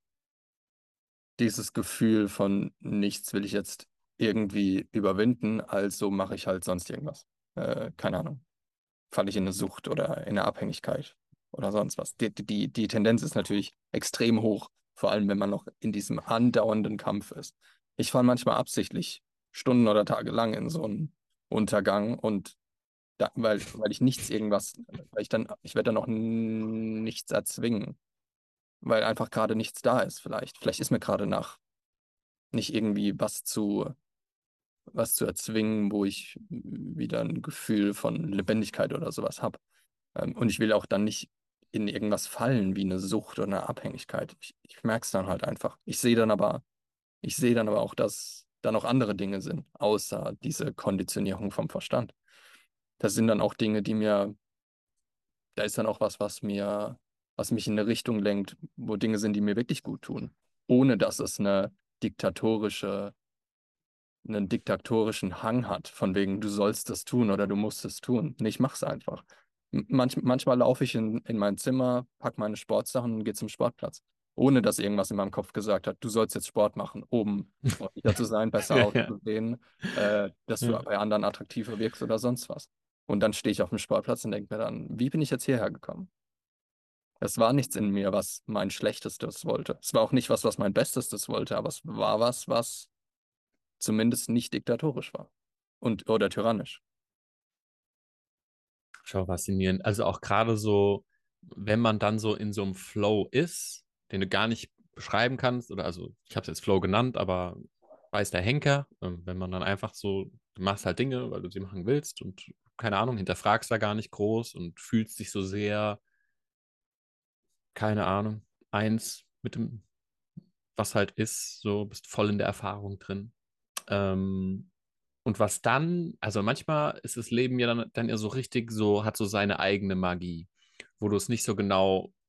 dieses Gefühl von nichts will ich jetzt irgendwie überwinden, also mache ich halt sonst irgendwas. Äh, keine Ahnung. Falle ich in eine Sucht oder in eine Abhängigkeit oder sonst was. Die, die, die Tendenz ist natürlich extrem hoch, vor allem wenn man noch in diesem andauernden Kampf ist. Ich falle manchmal absichtlich Stunden oder Tage lang in so einen Untergang und da, weil, weil ich nichts irgendwas, weil ich dann, ich werde dann auch n- nichts erzwingen, weil einfach gerade nichts da ist vielleicht. Vielleicht ist mir gerade nach nicht irgendwie was zu, was zu erzwingen, wo ich wieder ein Gefühl von Lebendigkeit oder sowas habe. Ähm, und ich will auch dann nicht in irgendwas fallen, wie eine Sucht oder eine Abhängigkeit. Ich, ich merke es dann halt einfach. Ich sehe dann aber, ich sehe dann aber auch, dass da noch andere Dinge sind, außer diese Konditionierung vom Verstand. Das sind dann auch Dinge, die mir, da ist dann auch was, was mir, was mich in eine Richtung lenkt, wo Dinge sind, die mir wirklich gut tun, ohne dass es eine diktatorische einen diktatorischen Hang hat, von wegen, du sollst das tun oder du musst es tun. Nee, ich mach's einfach. M- Manch, manchmal laufe ich in, in mein Zimmer, pack meine Sportsachen und gehe zum Sportplatz. Ohne dass irgendwas in meinem Kopf gesagt hat, du sollst jetzt Sport machen, um freundlicher zu sein, besser Ja, ja. auszusehen, äh, dass du Ja. bei anderen attraktiver wirkst oder sonst was. Und dann stehe ich auf dem Sportplatz und denke mir dann, wie bin ich jetzt hierher gekommen? Es war nichts in mir, was mein Schlechtestes wollte. Es war auch nicht was, was mein Bestestes wollte, aber es war was, was zumindest nicht diktatorisch war und oder tyrannisch. Schon faszinierend. Also auch gerade so, wenn man dann so in so einem Flow ist, den du gar nicht beschreiben kannst, oder also ich habe es jetzt Flow genannt, aber weiß der Henker, ähm, wenn man dann einfach so, du machst halt Dinge, weil du sie machen willst und keine Ahnung, hinterfragst da gar nicht groß und fühlst dich so sehr, keine Ahnung, eins mit dem, was halt ist, so bist voll in der Erfahrung drin. Ähm, und was dann, also manchmal ist das Leben ja dann, dann ja so richtig so, hat so seine eigene Magie, wo du es nicht so genau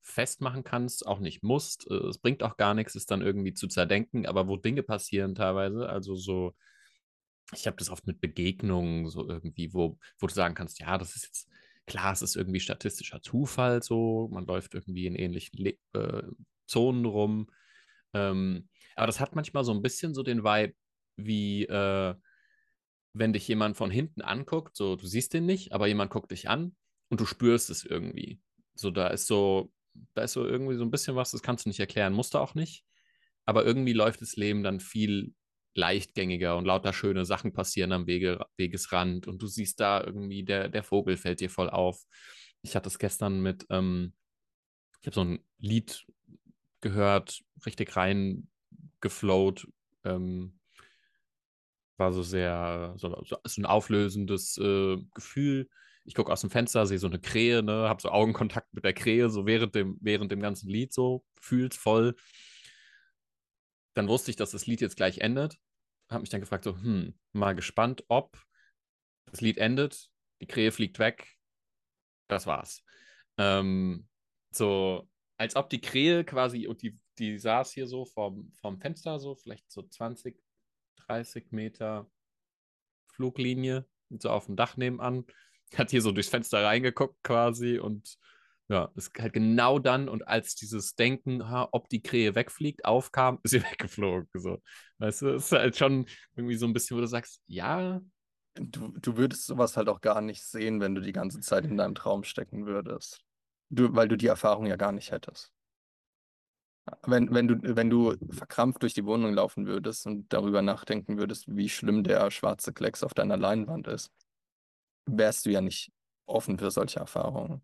festmachen kannst, auch nicht musst. Äh, Es bringt auch gar nichts, es dann irgendwie zu zerdenken, aber wo Dinge passieren teilweise, also so, ich habe das oft mit Begegnungen, so irgendwie, wo, wo du sagen kannst, ja, das ist jetzt, klar, es ist irgendwie statistischer Zufall so, man läuft irgendwie in ähnlichen Le äh, Zonen rum. Ähm, aber das hat manchmal so ein bisschen so den Vibe, wie äh, wenn dich jemand von hinten anguckt, so du siehst den nicht, aber jemand guckt dich an und du spürst es irgendwie. So, da ist so, da ist so irgendwie so ein bisschen was, das kannst du nicht erklären, musst du auch nicht. Aber irgendwie läuft das Leben dann viel leichtgängiger und lauter schöne Sachen passieren am Wege, Wegesrand und du siehst da irgendwie, der, der Vogel fällt dir voll auf. Ich hatte es gestern mit, ähm, ich habe so ein Lied gehört, richtig rein geflowt, ähm, war so sehr, so, so so ein auflösendes äh, Gefühl. Ich gucke aus dem Fenster, sehe so eine Krähe, ne, habe so Augenkontakt mit der Krähe, so während dem, während dem ganzen Lied so, fühlt voll. Dann wusste ich, dass das Lied jetzt gleich endet. Habe mich dann gefragt, so, hm, mal gespannt, ob das Lied endet, die Krähe fliegt weg, das war's. Ähm, so, als ob die Krähe quasi, und die, die saß hier so vorm, vorm Fenster, so vielleicht so zwanzig, dreißig Meter Fluglinie, so auf dem Dach nebenan, hat hier so durchs Fenster reingeguckt quasi und ja, ist halt genau dann und als dieses Denken, ha, ob die Krähe wegfliegt, aufkam, ist sie weggeflogen. So. Weißt du, es ist halt schon irgendwie so ein bisschen, wo du sagst, ja, Du, du würdest sowas halt auch gar nicht sehen, wenn du die ganze Zeit in deinem Traum stecken würdest. Du, weil du die Erfahrung ja gar nicht hättest. Wenn, wenn du, wenn du verkrampft durch die Wohnung laufen würdest und darüber nachdenken würdest, wie schlimm der schwarze Klecks auf deiner Leinwand ist, wärst du ja nicht offen für solche Erfahrungen.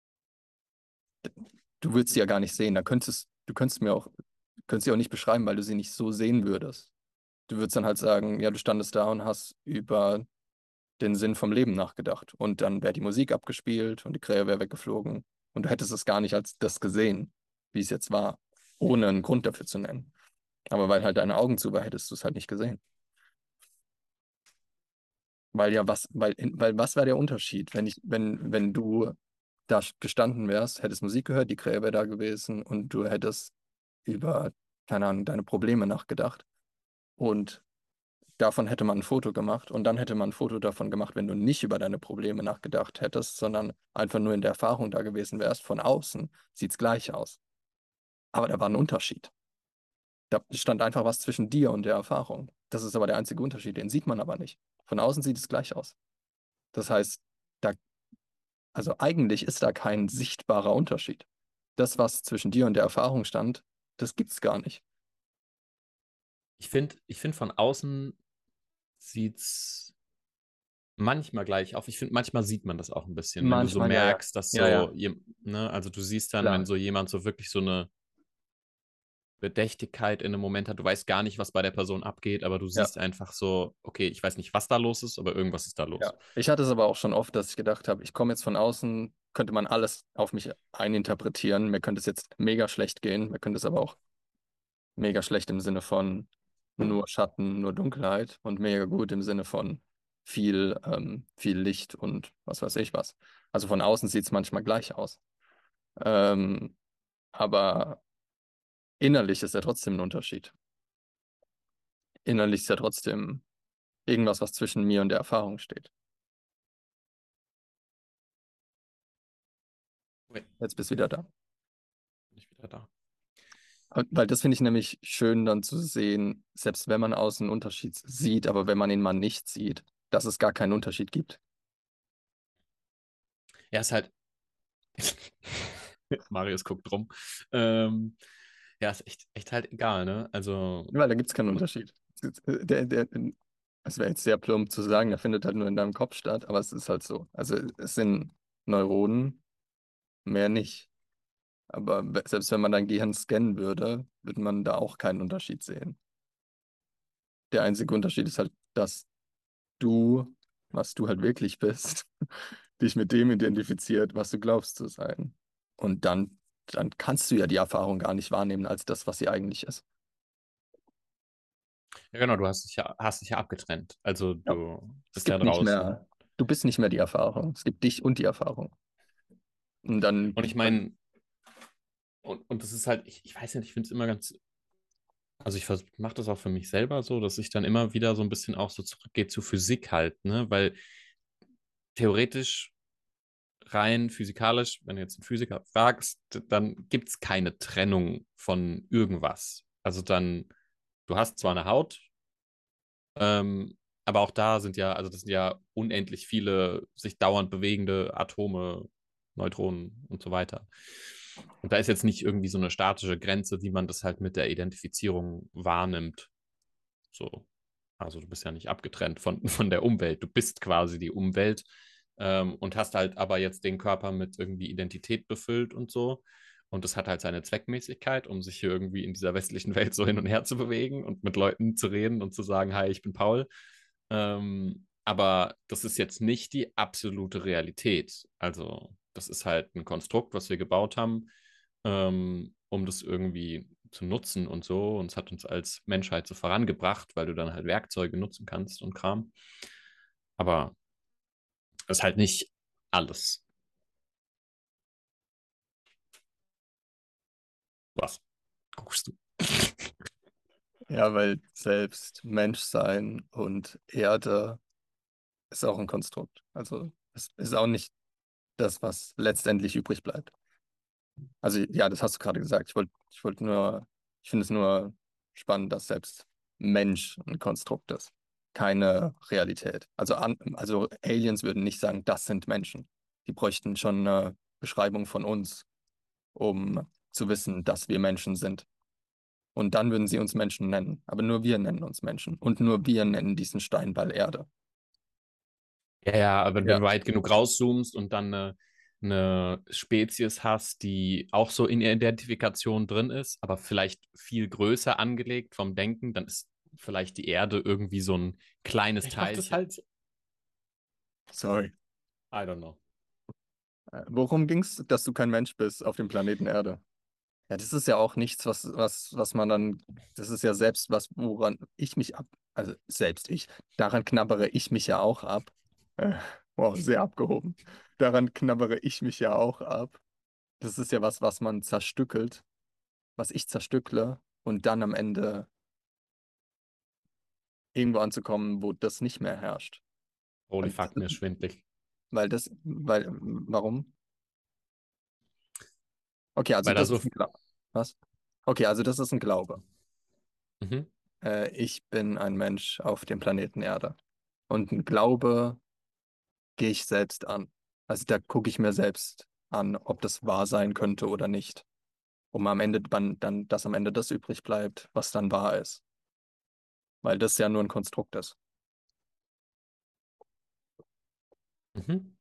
Du würdest sie ja gar nicht sehen. Da könntest du könntest mir auch, könntest sie auch nicht beschreiben, weil du sie nicht so sehen würdest. Du würdest dann halt sagen, ja, du standest da und hast über den Sinn vom Leben nachgedacht. Und dann wäre die Musik abgespielt und die Krähe wäre weggeflogen. Und du hättest es gar nicht als das gesehen, wie es jetzt war, ohne einen Grund dafür zu nennen. Aber weil halt deine Augen zu war, hättest du es halt nicht gesehen. Weil ja, was, weil, weil was wäre der Unterschied, wenn ich, wenn, wenn du da gestanden wärst, hättest Musik gehört, die Krähe wäre da gewesen und du hättest über, keine Ahnung, deine Probleme nachgedacht. Und davon hätte man ein Foto gemacht und dann hätte man ein Foto davon gemacht, wenn du nicht über deine Probleme nachgedacht hättest, sondern einfach nur in der Erfahrung da gewesen wärst. Von außen sieht es gleich aus. Aber da war ein Unterschied. Da stand einfach was zwischen dir und der Erfahrung. Das ist aber der einzige Unterschied, den sieht man aber nicht. Von außen sieht es gleich aus. Das heißt, da, also eigentlich ist da kein sichtbarer Unterschied. Das, was zwischen dir und der Erfahrung stand, das gibt es gar nicht. ich finde, ich finde von außen sieht's manchmal gleich auf. Ich finde, manchmal sieht man das auch ein bisschen, wenn du so Manchmal, ja, ja. merkst, dass Ja, so, ja, je- ne, also du siehst dann, wenn klar. so jemand so wirklich so eine Bedächtigkeit in einem Moment hat. Du weißt gar nicht, was bei der Person abgeht, aber du Ja. siehst einfach so, okay, ich weiß nicht, was da los ist, aber irgendwas ist da Ja, los. ich hatte es aber auch schon oft, dass ich gedacht habe, ich komme jetzt von außen, könnte man alles auf mich eininterpretieren. Mir könnte es jetzt mega schlecht gehen, mir könnte es aber auch mega schlecht im Sinne von nur Schatten, nur Dunkelheit und mega gut im Sinne von viel, ähm, viel Licht und was weiß ich was. Also von außen sieht es manchmal gleich aus. Ähm, aber innerlich ist ja trotzdem ein Unterschied. Innerlich ist ja trotzdem irgendwas, was zwischen mir und der Erfahrung steht. Okay, Jetzt bist du wieder da. bin ich wieder da. Und- Weil das finde ich nämlich schön dann zu sehen, selbst wenn man außen einen Unterschied sieht, aber wenn man ihn mal nicht sieht, dass es gar keinen Unterschied gibt. Ja, ist halt, Marius guckt rum. Ähm, ja, ist echt, echt halt egal, ne? Also, Weil da gibt es keinen Unterschied. Der, der, es wäre jetzt sehr plump zu sagen, der findet halt nur in deinem Kopf statt, aber es ist halt so. Also es sind Neuronen, mehr nicht. Aber we- selbst wenn man dein Gehirn scannen würde, würde man da auch keinen Unterschied sehen. Der einzige Unterschied ist halt, dass du, was du halt wirklich bist, dich mit dem identifiziert, was du glaubst zu sein. Und dann, dann kannst du ja die Erfahrung gar nicht wahrnehmen als das, was sie eigentlich ist. ja genau, du hast dich ja, hast dich ja abgetrennt. Also Ja. du Es bist ja gibt nicht draußen. mehr, du bist nicht mehr die Erfahrung. Es gibt dich und die Erfahrung. Und dann, Und ich dann meine, Und, und das ist halt, ich, ich weiß nicht, ich finde es immer ganz, also ich mache das auch für mich selber so, dass ich dann immer wieder so ein bisschen auch so zurückgehe zu Physik halt, ne? Weil theoretisch, rein physikalisch, wenn du jetzt einen Physiker fragst, dann gibt es keine Trennung von irgendwas. Also dann, du hast zwar eine Haut, ähm, aber auch da sind ja, also das sind ja unendlich viele sich dauernd bewegende Atome, Neutronen und so weiter. Und da ist jetzt nicht irgendwie so eine statische Grenze, wie man das halt mit der Identifizierung wahrnimmt. So. Also du bist ja nicht abgetrennt von, von der Umwelt. Du bist quasi die Umwelt, ähm, und hast halt aber jetzt den Körper mit irgendwie Identität befüllt und so. Und das hat halt seine Zweckmäßigkeit, um sich hier irgendwie in dieser westlichen Welt so hin und her zu bewegen und mit Leuten zu reden und zu sagen, hi, ich bin Paul. Ähm, aber das ist jetzt nicht die absolute Realität. Also das ist halt ein Konstrukt, was wir gebaut haben, ähm, um das irgendwie zu nutzen und so. Und es hat uns als Menschheit so vorangebracht, weil du dann halt Werkzeuge nutzen kannst und Kram. Aber das ist halt nicht alles. Was guckst du? Ja, weil selbst Menschsein und Erde ist auch ein Konstrukt. Also es ist auch nicht das, was letztendlich übrig bleibt. Also ja, das hast du gerade gesagt. Ich wollte, ich wollte nur, ich finde es nur spannend, dass selbst Mensch ein Konstrukt ist, keine Realität. Also, an, also Aliens würden nicht sagen, das sind Menschen. Die bräuchten schon eine Beschreibung von uns, um zu wissen, dass wir Menschen sind. Und dann würden sie uns Menschen nennen. Aber nur wir nennen uns Menschen. Und nur wir nennen diesen Steinball Erde. Ja, ja, aber wenn Ja. du weit genug rauszoomst und dann eine, eine Spezies hast, die auch so in der Identifikation drin ist, aber vielleicht viel größer angelegt vom Denken, dann ist vielleicht die Erde irgendwie so ein kleines Ich mach das Teilchen. Halt. Sorry. I don't know. Äh, Worum ging es, dass du kein Mensch bist auf dem Planeten Erde? Ja, das ist ja auch nichts, was, was, was man dann, das ist ja selbst was, woran ich mich ab, also selbst ich, daran knabbere ich mich ja auch ab. Äh, wow, sehr abgehoben. Daran knabbere ich mich ja auch ab. Das ist ja was, was man zerstückelt, was ich zerstückle und dann am Ende irgendwo anzukommen, wo das nicht mehr herrscht. Holy Weil, fuck, mir ist schwindlig. weil das, weil, warum? Okay, also Weil da das so. ist ein Glaube. Was? Okay, also das ist ein Glaube. Mhm, Äh, ich bin ein Mensch auf dem Planeten Erde. Und ein Glaube gehe ich selbst an. Also da gucke ich mir selbst an, ob das wahr sein könnte oder nicht. Um am Ende dann, dann, dass am Ende das übrig bleibt, was dann wahr ist. Weil das ja nur ein Konstrukt ist. mhm.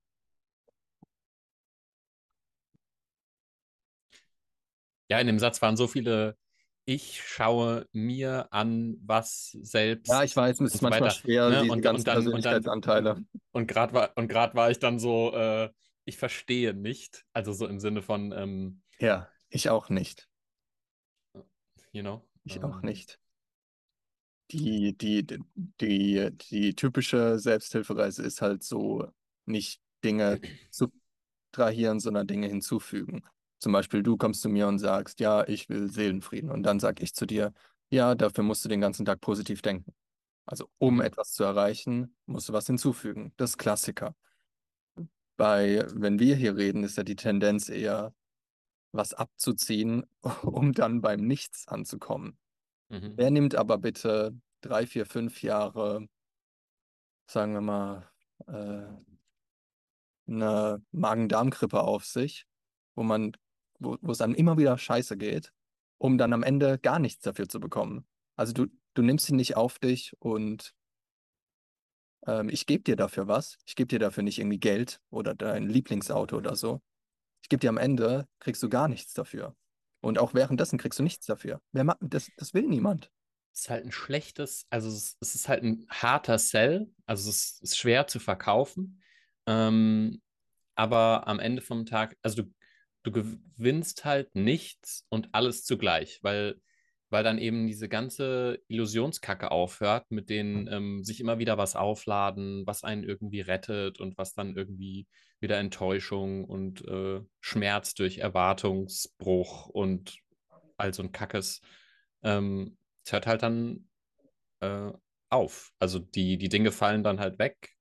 Ja, in dem Satz waren so viele, ich schaue mir an, was Ja, ich selbst weiß, es und ist so manchmal weiter. schwer, Ne? diese Und, und ganzen dann, und dann, Persönlichkeitsanteile. und gerade war, und gerade war ich dann so, äh, ich verstehe nicht. Also so im Sinne von, ähm, Ja, ich auch nicht. you know, Ich auch ähm, nicht. Die, die, die, die typische Selbsthilfereise ist halt so, nicht Dinge subtrahieren, sondern Dinge hinzufügen. Zum Beispiel, du kommst zu mir und sagst, ja, ich will Seelenfrieden. Und dann sage ich zu dir, ja, dafür musst du den ganzen Tag positiv denken. Also, um mhm, etwas zu erreichen, musst du was hinzufügen. Das ist Klassiker. Bei, wenn wir hier reden, ist ja die Tendenz eher, was abzuziehen, um dann beim Nichts anzukommen. mhm, Wer nimmt aber bitte drei, vier, fünf Jahre, sagen wir mal, äh, eine Magen-Darm-Grippe auf sich, wo man, wo, wo es dann immer wieder scheiße geht, um dann am Ende gar nichts dafür zu bekommen. Also du, du nimmst sie nicht auf dich und ähm, ich gebe dir dafür was. Ich gebe dir dafür nicht irgendwie Geld oder dein Lieblingsauto oder so. Ich gebe dir am Ende, kriegst du gar nichts dafür. Und auch währenddessen kriegst du nichts dafür. Wer ma das, das will niemand. es ist halt ein schlechtes, also es, es ist halt ein harter Sell, also es ist schwer zu verkaufen, ähm, aber am Ende vom Tag, also du, du gewinnst halt nichts und alles zugleich, weil, weil dann eben diese ganze Illusionskacke aufhört, mit denen ähm, sich immer wieder was aufladen, was einen irgendwie rettet und was dann irgendwie wieder Enttäuschung und äh, Schmerz durch Erwartungsbruch und all so ein Kackes. Ähm, es hört halt dann äh, auf. Also die, die Dinge fallen dann halt weg.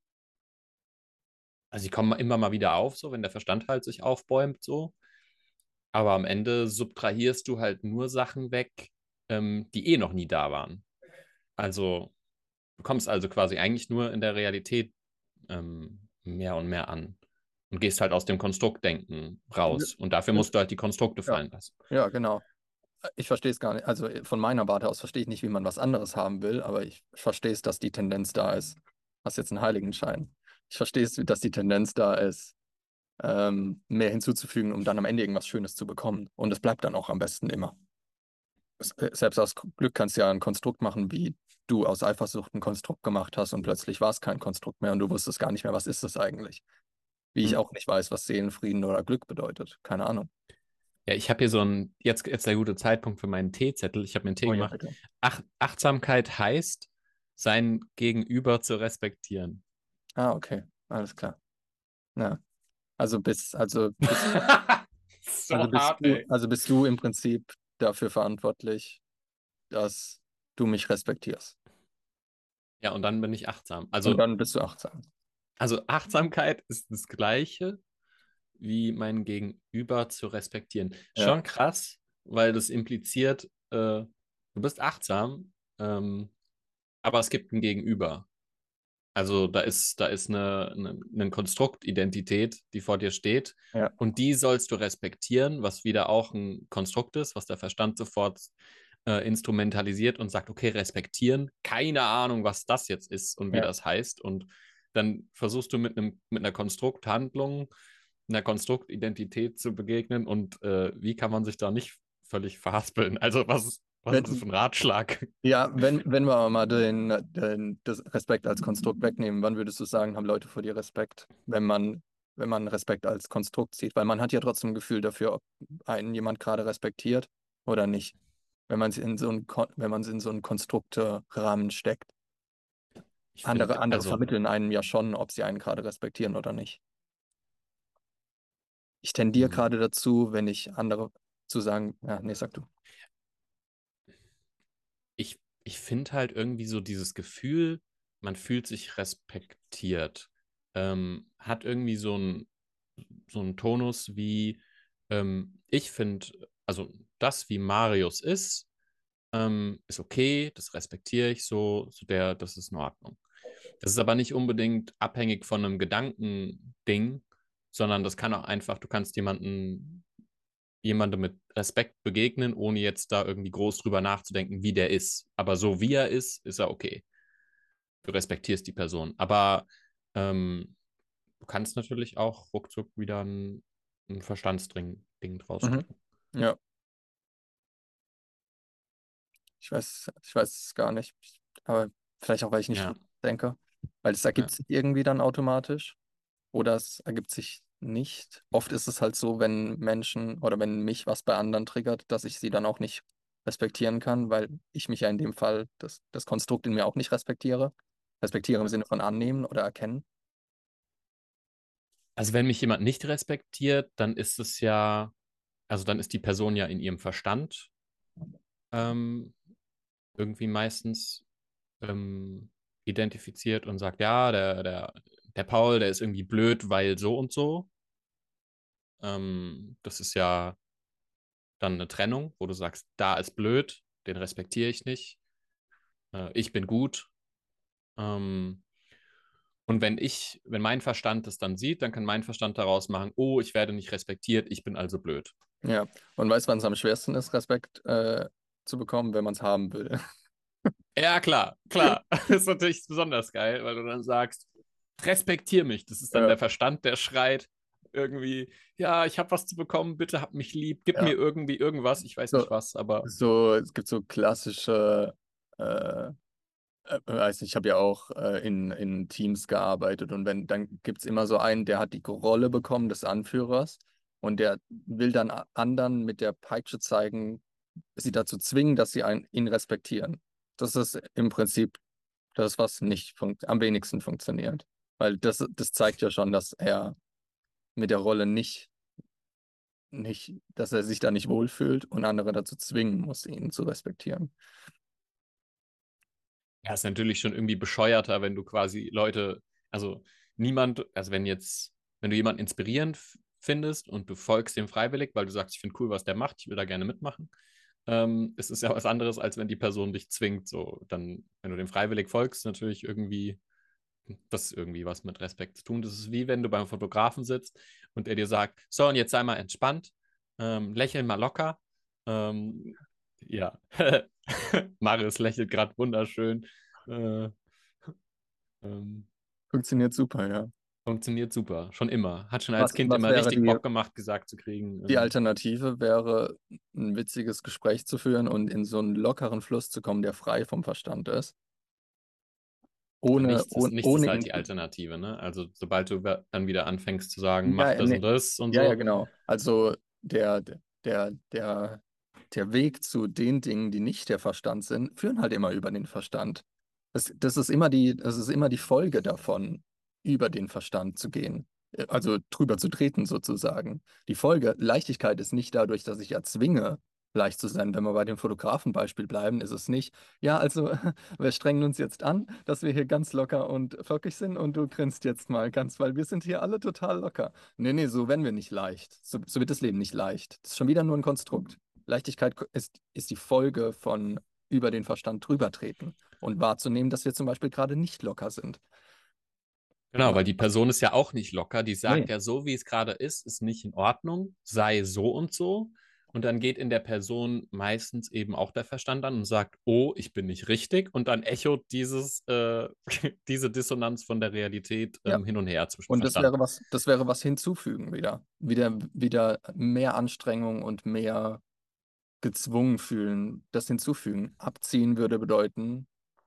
Also sie kommen immer mal wieder auf, so wenn der Verstand halt sich aufbäumt, so. Aber am Ende subtrahierst du halt nur Sachen weg, ähm, die eh noch nie da waren. Also du kommst also quasi eigentlich nur in der Realität ähm, mehr und mehr an und gehst halt aus dem Konstruktdenken raus. Und dafür musst du halt die Konstrukte Ja, fallen lassen. ja, genau. Ich verstehe es gar nicht. Also von meiner Warte aus verstehe ich nicht, wie man was anderes haben will, aber ich verstehe es, dass die Tendenz da ist. Hast jetzt einen Heiligenschein. Ich verstehe es, dass die Tendenz da ist, ähm, mehr hinzuzufügen, um dann am Ende irgendwas Schönes zu bekommen. Und es bleibt dann auch am besten immer. Es- äh, Selbst aus Glück kannst du ja ein Konstrukt machen, wie du aus Eifersucht ein Konstrukt gemacht hast und plötzlich war es kein Konstrukt mehr und du wusstest gar nicht mehr, was ist das eigentlich. Wie ich Hm. auch nicht weiß, was Seelenfrieden oder Glück bedeutet. Keine Ahnung. Ja, ich habe hier so ein, jetzt, jetzt der gute Zeitpunkt für meinen Teezettel. Ich habe mir einen Tee Oh ja, gemacht. bitte. Ach, Achtsamkeit heißt, sein Gegenüber zu respektieren. Ah, okay. Alles klar. Ja. Also bist, also bist, also So bist hart, du, ey. also bist du im Prinzip dafür verantwortlich, dass du mich respektierst. Ja, und dann bin ich achtsam. Und Also, dann bist du achtsam. also Achtsamkeit ist das Gleiche wie mein Gegenüber zu respektieren. Ja, Schon krass, weil das impliziert, äh, du bist achtsam, ähm, aber es gibt ein Gegenüber. Also da ist, da ist eine, eine, eine Konstruktidentität, die vor dir steht. ja, Und die sollst du respektieren, was wieder auch ein Konstrukt ist, was der Verstand sofort äh, instrumentalisiert und sagt, okay, respektieren. Keine Ahnung, was das jetzt ist und wie ja. das heißt. Und dann versuchst du mit einem, mit einer Konstrukthandlung, einer Konstruktidentität zu begegnen. Und äh, wie kann man sich da nicht völlig verhaspeln? Also was, was ist das für Wenn, ein Ratschlag? ja, wenn, wenn wir aber mal den, den, das Respekt als Konstrukt wegnehmen, wann würdest du sagen, haben Leute vor dir Respekt, wenn man, wenn man Respekt als Konstrukt sieht? Weil man hat ja trotzdem ein Gefühl dafür, ob einen jemand gerade respektiert oder nicht, wenn man es in so einen, Kon- wenn man es in so einen Konstruktrahmen steckt. Ich Andere, finde, andere also, vermitteln einem ja schon, ob sie einen gerade respektieren oder nicht. Ich tendiere mh, gerade dazu, wenn ich andere zu sagen, ja, nee, sag du. ich, ich finde halt irgendwie so dieses Gefühl, man fühlt sich respektiert, ähm, hat irgendwie so ein, so einen Tonus wie, ähm, ich finde, also das, wie Marius ist, ähm, ist okay, das respektiere ich so, so der, das ist in Ordnung. Das ist aber nicht unbedingt abhängig von einem Gedankending, sondern das kann auch einfach, du kannst jemanden jemandem mit Respekt begegnen, ohne jetzt da irgendwie groß drüber nachzudenken, wie der ist. Aber so wie er ist, ist er okay. Du respektierst die Person. Aber ähm, du kannst natürlich auch ruckzuck wieder ein, ein Verstandsding Ding draus Mhm. stricken. Ja, ich weiß, ich weiß es gar nicht. Aber vielleicht auch, weil ich nicht Ja, drüber denke. Weil es ergibt ja. sich irgendwie dann automatisch. Oder es ergibt sich nicht. Oft ist es halt so, wenn Menschen oder wenn mich was bei anderen triggert, dass ich sie dann auch nicht respektieren kann, weil ich mich ja in dem Fall das, das Konstrukt in mir auch nicht respektiere. Respektiere im Ja. Sinne von annehmen oder erkennen. Also wenn mich jemand nicht respektiert, dann ist es ja, also dann ist die Person ja in ihrem Verstand ähm, irgendwie meistens ähm, identifiziert und sagt, ja, der, der, der Paul, der ist irgendwie blöd, weil so und so. Ähm, das ist ja dann eine Trennung, wo du sagst, da ist blöd, den respektiere ich nicht, äh, ich bin gut. Ähm, und wenn ich, wenn mein Verstand das dann sieht, dann kann mein Verstand daraus machen, oh, ich werde nicht respektiert, ich bin also blöd. Ja. Und weißt du, wann es am schwersten ist, Respekt äh, zu bekommen, wenn man es haben will? Ja, klar, klar. Das ist natürlich besonders geil, weil du dann sagst, respektier mich. Das ist dann Ja, der Verstand, der schreit irgendwie, ja, ich habe was zu bekommen, bitte hab mich lieb, gib mir ja. irgendwie irgendwas, ich weiß So, nicht was, aber so, es gibt so klassische äh, äh, weiß nicht, ich habe ja auch äh, in, in Teams gearbeitet und wenn, dann gibt es immer so einen, der hat die Rolle bekommen des Anführers und der will dann a- anderen mit der Peitsche zeigen, sie dazu zwingen, dass sie einen, ihn respektieren. Das ist im Prinzip das, was nicht funkt, am wenigsten funktioniert. Weil das, das zeigt ja schon, dass er mit der Rolle nicht, nicht, dass er sich da nicht wohlfühlt und andere dazu zwingen muss, ihn zu respektieren. Ja, ist natürlich schon irgendwie bescheuerter, wenn du quasi Leute, also niemand, also wenn jetzt, wenn du jemanden inspirierend f- findest und du folgst dem freiwillig, weil du sagst, ich finde cool, was der macht, ich will da gerne mitmachen, ähm, es ist ja was anderes, als wenn die Person dich zwingt. So, dann, wenn du dem freiwillig folgst, natürlich irgendwie, das ist irgendwie was mit Respekt zu tun. Das ist wie wenn du beim Fotografen sitzt und er dir sagt, so, und jetzt sei mal entspannt, ähm, lächeln mal locker. Ähm, ja, Marius lächelt gerade wunderschön. Äh, ähm, Funktioniert super, ja. Funktioniert super, schon immer. Hat schon als Was, Kind was immer wäre richtig die, Bock gemacht, gesagt zu kriegen. die Ähm, Alternative wäre, ein witziges Gespräch zu führen und in so einen lockeren Fluss zu kommen, der frei vom Verstand ist, ohne, nichts ist, ohne, nichts ist ohne halt ihn die zu. Alternative, ne? Also sobald du we- dann wieder anfängst zu sagen, mach Ja, das und nee, das und ja, ja, so. genau. Also der, der, der, der Weg zu den Dingen, die nicht der Verstand sind, führen halt immer über den Verstand. Das, das ist immer die, das ist immer die Folge davon, über den Verstand zu gehen. Äh, Also drüber zu treten sozusagen. Die Folge, Leichtigkeit ist nicht dadurch, dass ich erzwinge, leicht zu sein. Wenn wir bei dem Fotografenbeispiel bleiben, ist es nicht, ja, also wir strengen uns jetzt an, dass wir hier ganz locker und flockig sind und du grinst jetzt mal ganz, weil wir sind hier alle total locker. Nee, nee, so werden wir nicht leicht. So, so wird das Leben nicht leicht. Das ist schon wieder nur ein Konstrukt. Leichtigkeit ko- ist, ist die Folge von über den Verstand drüber treten und wahrzunehmen, dass wir zum Beispiel gerade nicht locker sind. Genau, Was, weil die was, Person ist ja auch nicht locker. Die sagt nee, ja, so wie es gerade ist, ist nicht in Ordnung, sei so und so. Und dann geht in der Person meistens eben auch der Verstand an und sagt, oh, ich bin nicht richtig. Und dann echot dieses, äh, diese Dissonanz von der Realität ja. ähm, hin und her zwischen Und das Verstand. wäre was, das wäre was hinzufügen wieder. Wieder, wieder mehr Anstrengung und mehr gezwungen fühlen, das hinzufügen. Abziehen würde bedeuten,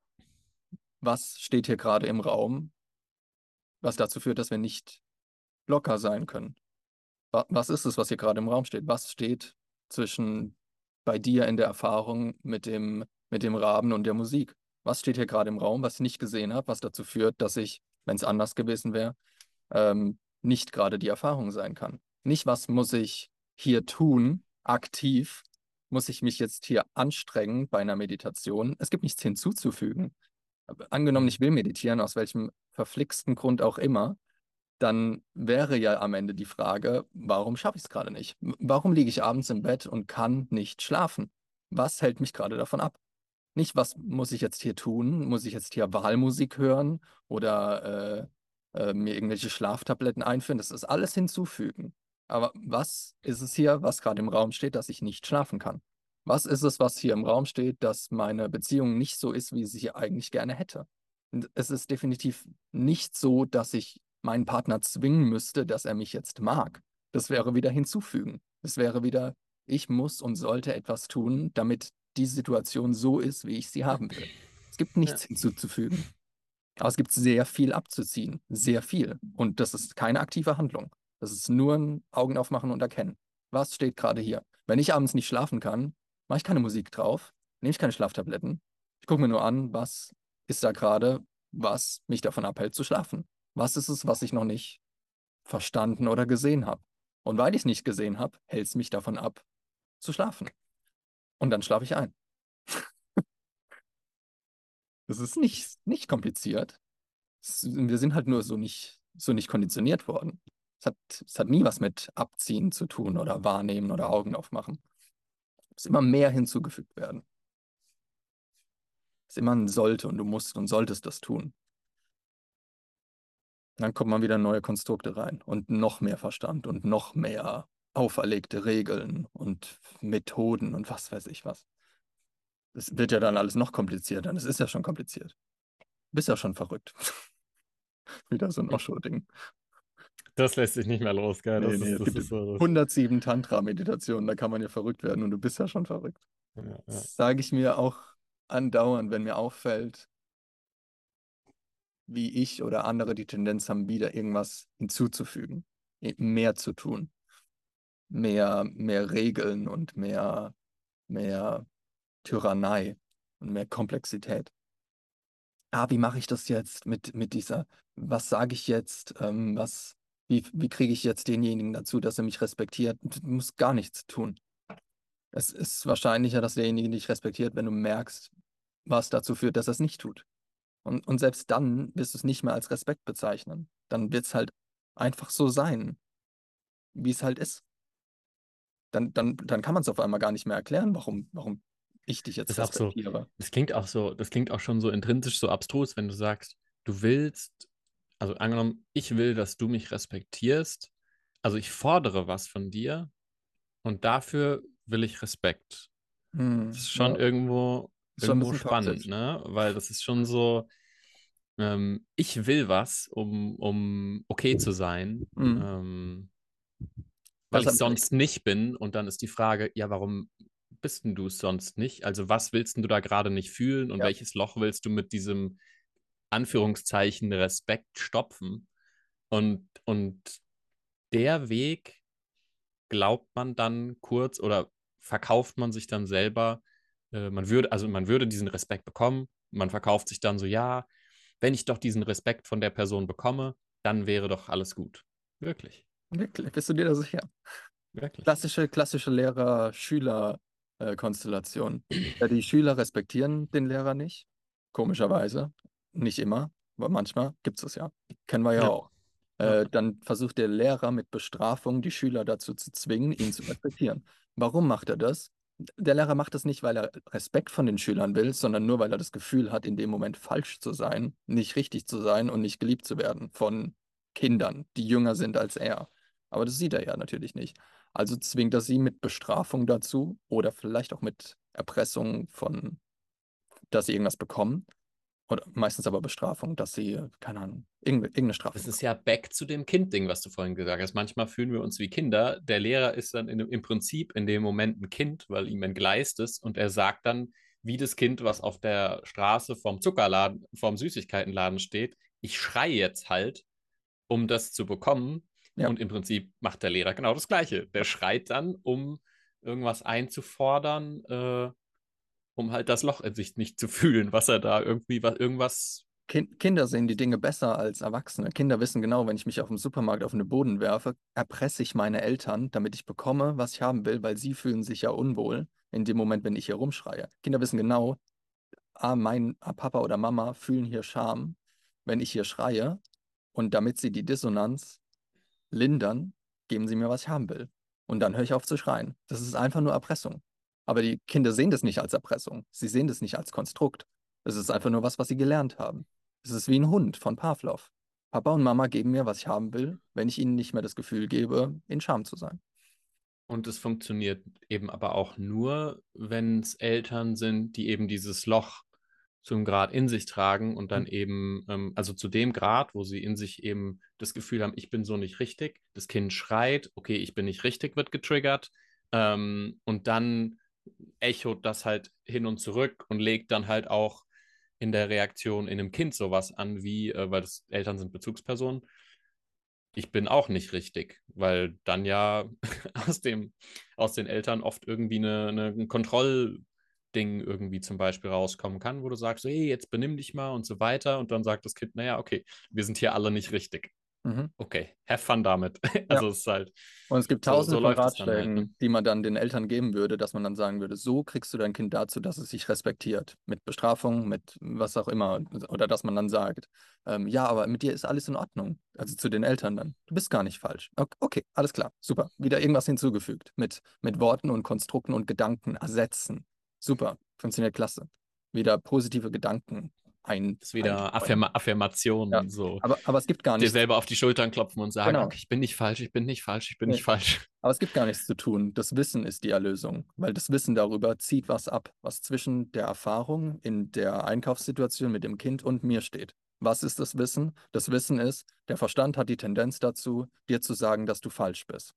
was steht hier gerade im Raum, was dazu führt, dass wir nicht locker sein können. Wa- Was ist es, was hier gerade im Raum steht? Was steht zwischen bei dir in der Erfahrung mit dem, mit dem Raben und der Musik? Was steht hier gerade im Raum, was ich nicht gesehen habe, was dazu führt, dass ich, wenn es anders gewesen wäre, ähm, nicht gerade die Erfahrung sein kann? Nicht, was muss ich hier tun, aktiv? Muss ich mich jetzt hier anstrengen bei einer Meditation? Es gibt nichts hinzuzufügen. Aber angenommen, Hm. ich will meditieren, aus welchem verflixten Grund auch immer, dann wäre ja am Ende die Frage, warum schaffe ich es gerade nicht? W- Warum liege ich abends im Bett und kann nicht schlafen? Was hält mich gerade davon ab? Nicht, was muss ich jetzt hier tun? Muss ich jetzt hier Wahlmusik hören oder äh, äh, mir irgendwelche Schlaftabletten einführen? Das ist alles hinzufügen. Aber was ist es hier, was gerade im Raum steht, dass ich nicht schlafen kann? Was ist es, was hier im Raum steht, dass meine Beziehung nicht so ist, wie ich sie eigentlich gerne hätte? Und es ist definitiv nicht so, dass ich meinen Partner zwingen müsste, dass er mich jetzt mag. Das wäre wieder hinzufügen. Das wäre wieder, ich muss und sollte etwas tun, damit die Situation so ist, wie ich sie haben will. Es gibt Ja. nichts hinzuzufügen, aber es gibt sehr viel abzuziehen. Sehr viel. Und das ist keine aktive Handlung. Das ist nur ein Augen aufmachen und erkennen. Was steht gerade hier? Wenn ich abends nicht schlafen kann, mache ich keine Musik drauf, nehme ich keine Schlaftabletten. Ich gucke mir nur an, was ist da gerade, was mich davon abhält zu schlafen. Was ist es, was ich noch nicht verstanden oder gesehen habe? Und weil ich es nicht gesehen habe, hält es mich davon ab, zu schlafen. Und dann schlafe ich ein. Das ist nicht, nicht kompliziert. Es, wir sind halt nur so nicht, so nicht konditioniert worden. Es hat, es hat nie was mit Abziehen zu tun oder Wahrnehmen oder Augen aufmachen. Es muss immer mehr hinzugefügt werden. Es ist immer ein Sollte und du musst und solltest das tun. Dann kommt man wieder in neue Konstrukte rein und noch mehr Verstand und noch mehr auferlegte Regeln und Methoden und was weiß ich was. Das wird ja dann alles noch komplizierter. Das ist ja schon kompliziert. Bist ja schon verrückt. Wieder so ein Osho-Ding. Das lässt sich nicht mehr los, gell? Nee, Das nee, ist, es das gibt ist so. Das, hundertsieben Tantra-Meditationen, da kann man ja verrückt werden und du bist ja schon verrückt. ja, ja. Das sage ich mir auch andauernd, wenn mir auffällt, wie ich oder andere die Tendenz haben, wieder irgendwas hinzuzufügen, eh, mehr zu tun, mehr, mehr Regeln und mehr, mehr Tyrannei und mehr Komplexität. Ah, wie mache ich das jetzt mit, mit dieser, was sage ich jetzt, ähm, was Wie, wie kriege ich jetzt denjenigen dazu, dass er mich respektiert? Du musst gar nichts tun. Es ist wahrscheinlicher, dass derjenige dich respektiert, wenn du merkst, was dazu führt, dass er es nicht tut. Und, und selbst dann wirst du es nicht mehr als Respekt bezeichnen. Dann wird es halt einfach so sein, wie es halt ist. Dann, dann, dann kann man es auf einmal gar nicht mehr erklären, warum, warum ich dich jetzt Ist auch so, respektiere. das klingt auch so, das klingt auch schon so intrinsisch so abstrus, wenn du sagst, du willst, also angenommen, ich will, dass du mich respektierst, also ich fordere was von dir und dafür will ich Respekt. Das Hm, ist schon ja, irgendwo, ist schon ein irgendwo bisschen spannend, toxisch. ne? Weil das ist schon so, ähm, ich will was, um, um okay zu sein, Hm. ähm, weil Das ich habe ich. sonst nicht bin. Und dann ist die Frage, ja, warum bist denn du es sonst nicht? Also was willst denn du da gerade nicht fühlen und Ja, welches Loch willst du mit diesem Anführungszeichen Respekt stopfen? Und, und der Weg glaubt man dann kurz oder verkauft man sich dann selber, äh, man würde, also man würde diesen Respekt bekommen, man verkauft sich dann so, ja, wenn ich doch diesen Respekt von der Person bekomme, dann wäre doch alles gut. Wirklich, wirklich. Bist du dir da sicher? wirklich. Klassische, klassische Lehrer-Schüler-Konstellation. Ja, die Schüler respektieren den Lehrer nicht, komischerweise. Nicht immer, aber manchmal gibt es es ja. Kennen wir ja Ja, auch. ja. Äh, dann versucht der Lehrer mit Bestrafung die Schüler dazu zu zwingen, ihn zu respektieren. Warum macht er das? Der Lehrer macht das nicht, weil er Respekt von den Schülern will, sondern nur, weil er das Gefühl hat, in dem Moment falsch zu sein, nicht richtig zu sein und nicht geliebt zu werden von Kindern, die jünger sind als er. Aber das sieht er ja natürlich nicht. Also zwingt er sie mit Bestrafung dazu oder vielleicht auch mit Erpressung von, dass sie irgendwas bekommen. Oder meistens aber Bestrafung, dass sie, äh, keine Ahnung, irgende- irgendeine Strafe Das ist bekommen. ja back zu dem Kind-Ding, was du vorhin gesagt hast. Manchmal fühlen wir uns wie Kinder. Der Lehrer ist dann in, im Prinzip in dem Moment ein Kind, weil ihm entgleist ist und er sagt dann, wie das Kind, was auf der Straße vorm Zuckerladen, vorm Süßigkeitenladen steht, ich schreie jetzt halt, um das zu bekommen. Ja. Und im Prinzip macht der Lehrer genau das Gleiche. Der schreit dann, um irgendwas einzufordern, äh, um halt das Loch in sich nicht zu fühlen, was er da irgendwie, was, irgendwas. Kin Kinder sehen die Dinge besser als Erwachsene. Kinder wissen genau, wenn ich mich auf dem Supermarkt auf den Boden werfe, erpresse ich meine Eltern, damit ich bekomme, was ich haben will, weil sie fühlen sich ja unwohl in dem Moment, wenn ich hier rumschreie. Kinder wissen genau, ah, mein ah, Papa oder Mama fühlen hier Scham, wenn ich hier schreie. Und damit sie die Dissonanz lindern, geben sie mir, was ich haben will. Und dann höre ich auf zu schreien. Das ist einfach nur Erpressung. Aber die Kinder sehen das nicht als Erpressung. Sie sehen das nicht als Konstrukt. Es ist einfach nur was, was sie gelernt haben. Es ist wie ein Hund von Pavlov. Papa und Mama geben mir, was ich haben will, wenn ich ihnen nicht mehr das Gefühl gebe, in Scham zu sein. Und es funktioniert eben aber auch nur, wenn es Eltern sind, die eben dieses Loch zum Grad in sich tragen und dann eben, ähm, also zu dem Grad, wo sie in sich eben das Gefühl haben, ich bin so nicht richtig. Das Kind schreit, okay, ich bin nicht richtig, wird getriggert. Ähm, und dann echot das halt hin und zurück und legt dann halt auch in der Reaktion in einem Kind sowas an, wie, äh, weil das Eltern sind Bezugspersonen, ich bin auch nicht richtig, weil dann ja aus dem, aus den Eltern oft irgendwie eine, eine, ein Kontrollding irgendwie zum Beispiel rauskommen kann, wo du sagst, so, hey, jetzt benimm dich mal und so weiter. Und dann sagt das Kind, naja, okay, wir sind hier alle nicht richtig. Mhm. Okay, have fun damit. Ja. Also es ist halt, Und es gibt so, tausende so von läuft es dann halt, ne? Ratschlägen, die man dann den Eltern geben würde, dass man dann sagen würde, so kriegst du dein Kind dazu, dass es sich respektiert. Mit Bestrafung, mit was auch immer. Oder dass man dann sagt, ähm, ja, aber mit dir ist alles in Ordnung. Also zu den Eltern dann. Du bist gar nicht falsch. Ok- Okay, alles klar, super. Wieder irgendwas hinzugefügt. Mit, mit Worten und Konstrukten und Gedanken ersetzen. Super, funktioniert klasse. Wieder positive Gedanken ein, Das ist wieder einstreuen. Affirma Ja, Affirmationen, so aber, aber es gibt gar dir nichts. selber auf die Schultern klopfen und sagen, Genau. okay, ich bin nicht falsch, ich bin nicht falsch, ich bin nicht Nee. falsch. Aber es gibt gar nichts zu tun. Das Wissen ist die Erlösung, weil das Wissen darüber zieht was ab, was zwischen der Erfahrung in der Einkaufssituation mit dem Kind und mir steht. Was ist das Wissen? Das Wissen ist, der Verstand hat die Tendenz dazu, dir zu sagen, dass du falsch bist.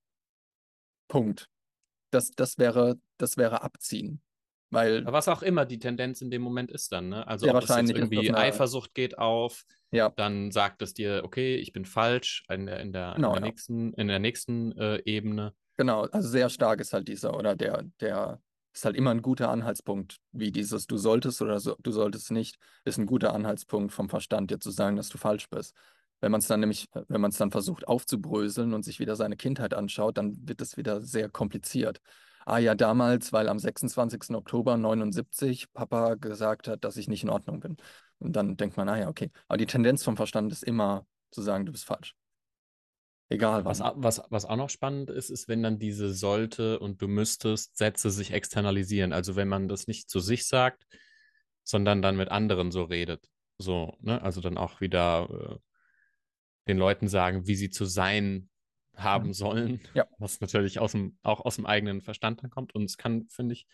Punkt. Das, das wäre, das wäre abziehen, weil Was auch immer die Tendenz in dem Moment ist dann, ne? Also sehr ob es jetzt wahrscheinlich ist das irgendwie eine, Eifersucht geht auf, ja, dann sagt es dir, okay, ich bin falsch in der, in der, in genau, der ja. nächsten, in der nächsten äh, Ebene. Genau, also sehr stark ist halt dieser, oder der, der ist halt immer ein guter Anhaltspunkt, wie dieses du solltest oder so, du solltest nicht, ist ein guter Anhaltspunkt vom Verstand, dir zu sagen, dass du falsch bist. Wenn man es dann nämlich, wenn man es dann versucht aufzubröseln und sich wieder seine Kindheit anschaut, dann wird es wieder sehr kompliziert. Ah ja, damals, weil am sechsundzwanzigsten Oktober neunundsiebzig Papa gesagt hat, dass ich nicht in Ordnung bin. Und dann denkt man, ah ja, okay. Aber die Tendenz vom Verstand ist immer zu sagen, du bist falsch. Egal Was, wann. au- was, was auch noch spannend ist, ist, wenn dann diese sollte und du müsstest Sätze sich externalisieren. Also wenn man das nicht zu sich sagt, sondern dann mit anderen so redet. So, ne? Also dann auch wieder äh, den Leuten sagen, wie sie zu sein Mhm. haben sollen, Ja. was natürlich aus dem, auch aus dem eigenen Verstand dann kommt. Und es kann, finde ich,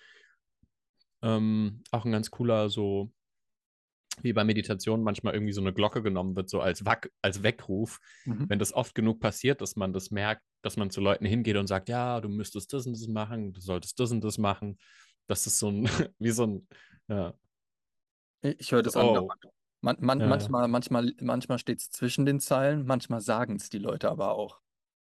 ähm, auch ein ganz cooler, so wie bei Meditation manchmal irgendwie so eine Glocke genommen wird, so als, Wack, als Weckruf. Mhm. Wenn das oft genug passiert, dass man das merkt, dass man zu Leuten hingeht und sagt, ja, du müsstest das und das machen, du solltest das und das machen. Das ist so ein, wie so ein, ja, Ich höre so, das oh, andauernd. Man, man, ja, ja. manchmal, manchmal, manchmal steht es zwischen den Zeilen, manchmal sagen es die Leute aber auch.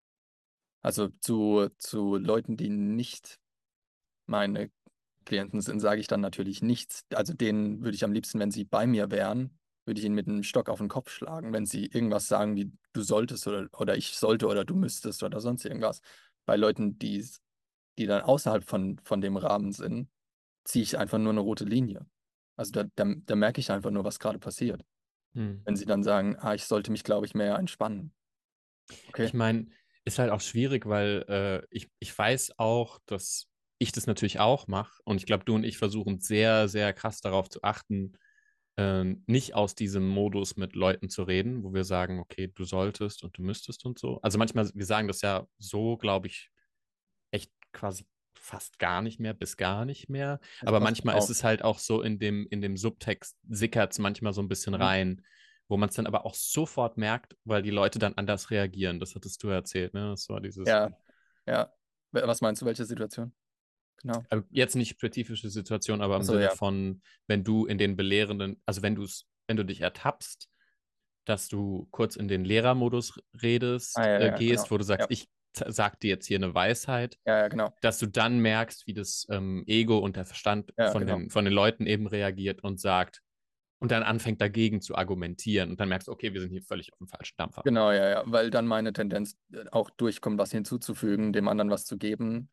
Also zu, zu Leuten, die nicht meine Klienten sind, sage ich dann natürlich nichts. Also denen würde ich am liebsten, wenn sie bei mir wären, würde ich ihnen mit einem Stock auf den Kopf schlagen, wenn sie irgendwas sagen wie du solltest oder, oder ich sollte oder du müsstest oder sonst irgendwas. Bei Leuten, die, die dann außerhalb von, von dem Rahmen sind, ziehe ich einfach nur eine rote Linie. Also da, da, da merke ich einfach nur, was gerade passiert. Hm. Wenn sie dann sagen, ah, ich sollte mich, glaube ich, mehr entspannen. Ich Okay. meine, ist halt auch schwierig, weil äh, ich, ich weiß auch, dass ich das natürlich auch mache. Und ich glaube, du und ich versuchen sehr, sehr krass darauf zu achten, äh, nicht aus diesem Modus mit Leuten zu reden, wo wir sagen, okay, du solltest und du müsstest und so. Also manchmal, wir sagen das ja so, glaube ich, echt quasi fast gar nicht mehr, bis gar nicht mehr. Das Aber passt manchmal ist auf. es halt auch so in dem, in dem Subtext, sickert es manchmal so ein bisschen Mhm. rein, wo man es dann aber auch sofort merkt, weil die Leute dann anders reagieren. Das hattest du erzählt, ne? Das war dieses, Ja, ja. Was meinst du, welche Situation? Genau. äh, jetzt nicht spezifische Situation, aber im Achso, Sinne ja. von, wenn du in den belehrenden, also wenn du es, wenn du dich ertappst, dass du kurz in den Lehrermodus Ah, redest, ja, äh, ja, gehst, genau. wo du sagst, Ja, ich t- sag dir jetzt hier eine Weisheit, ja, ja, genau. dass du dann merkst, wie das ähm, Ego und der Verstand Ja, von genau. den, von den Leuten eben reagiert und sagt und dann anfängt dagegen zu argumentieren und dann merkst du, okay, wir sind hier völlig auf dem falschen Dampfer. Genau, ja, ja. Weil dann meine Tendenz äh, auch durchkommt, was hinzuzufügen, dem anderen was zu geben,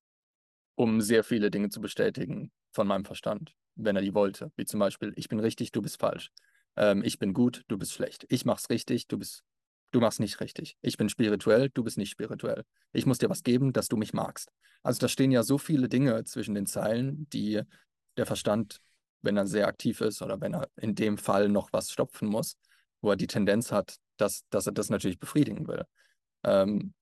um sehr viele Dinge zu bestätigen von meinem Verstand, wenn er die wollte. Wie zum Beispiel, ich bin richtig, du bist falsch. Ähm, ich bin gut, du bist schlecht. Ich mach's richtig, du bist, du machst nicht richtig. Ich bin spirituell, du bist nicht spirituell. Ich muss dir was geben, dass du mich magst. Also da stehen ja so viele Dinge zwischen den Zeilen, die der Verstand, wenn er sehr aktiv ist oder wenn er in dem Fall noch was stopfen muss, wo er die Tendenz hat, dass, dass er das natürlich befriedigen will. Ähm,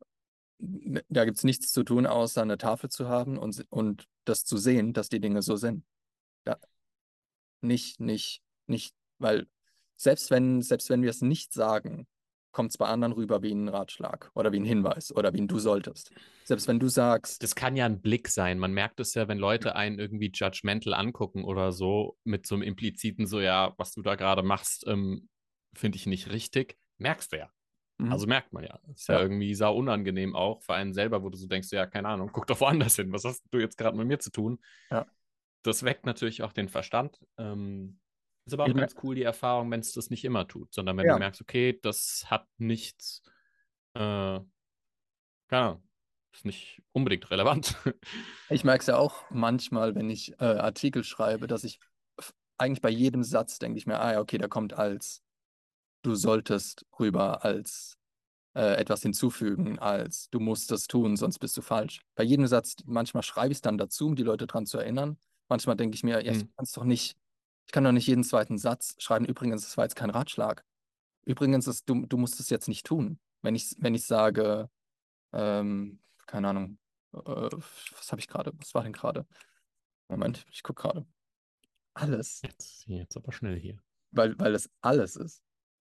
Da gibt es nichts zu tun, außer eine Tafel zu haben und, und das zu sehen, dass die Dinge so sind. Da, nicht, nicht, nicht, weil selbst wenn, selbst wenn wir es nicht sagen, kommt es bei anderen rüber wie ein Ratschlag oder wie ein Hinweis oder wie ein Du solltest. Selbst wenn du sagst, Das kann ja ein Blick sein. Man merkt es ja, wenn ja, Leute einen irgendwie judgmental angucken oder so, mit so einem impliziten, so, ja, was du da gerade machst, ähm, finde ich nicht richtig. Merkst du ja. mhm, Also merkt man ja. Ist ja ja, irgendwie sau unangenehm auch für einen selber, wo du so denkst, ja, keine Ahnung, guck doch woanders hin. Was hast du jetzt gerade mit mir zu tun? ja. Das weckt natürlich auch den Verstand. Ähm, ist aber Ich auch mer- ganz cool, die Erfahrung, wenn es das nicht immer tut, sondern wenn du ja, merkst, okay, das hat nichts, äh, keine Ahnung, ist nicht unbedingt relevant. ich merke es ja auch manchmal, wenn ich äh, Artikel schreibe, dass ich f- eigentlich bei jedem Satz denke ich mir, ah ja, okay, da kommt als du solltest rüber, als äh, etwas hinzufügen, als du musst das tun, sonst bist du falsch. Bei jedem Satz, manchmal schreibe ich es dann dazu, um die Leute dran zu erinnern. Manchmal denke ich mir, ja, ich Hm. kann es doch nicht, ich kann doch nicht jeden zweiten Satz schreiben. Übrigens, das war jetzt kein Ratschlag. Übrigens, ist, du, du musst es jetzt nicht tun. Wenn ich, wenn ich sage, ähm, keine Ahnung, äh, was habe ich gerade? Was war denn gerade? Moment, ich gucke gerade. Alles, Jetzt, jetzt aber schnell hier. weil, weil es alles ist.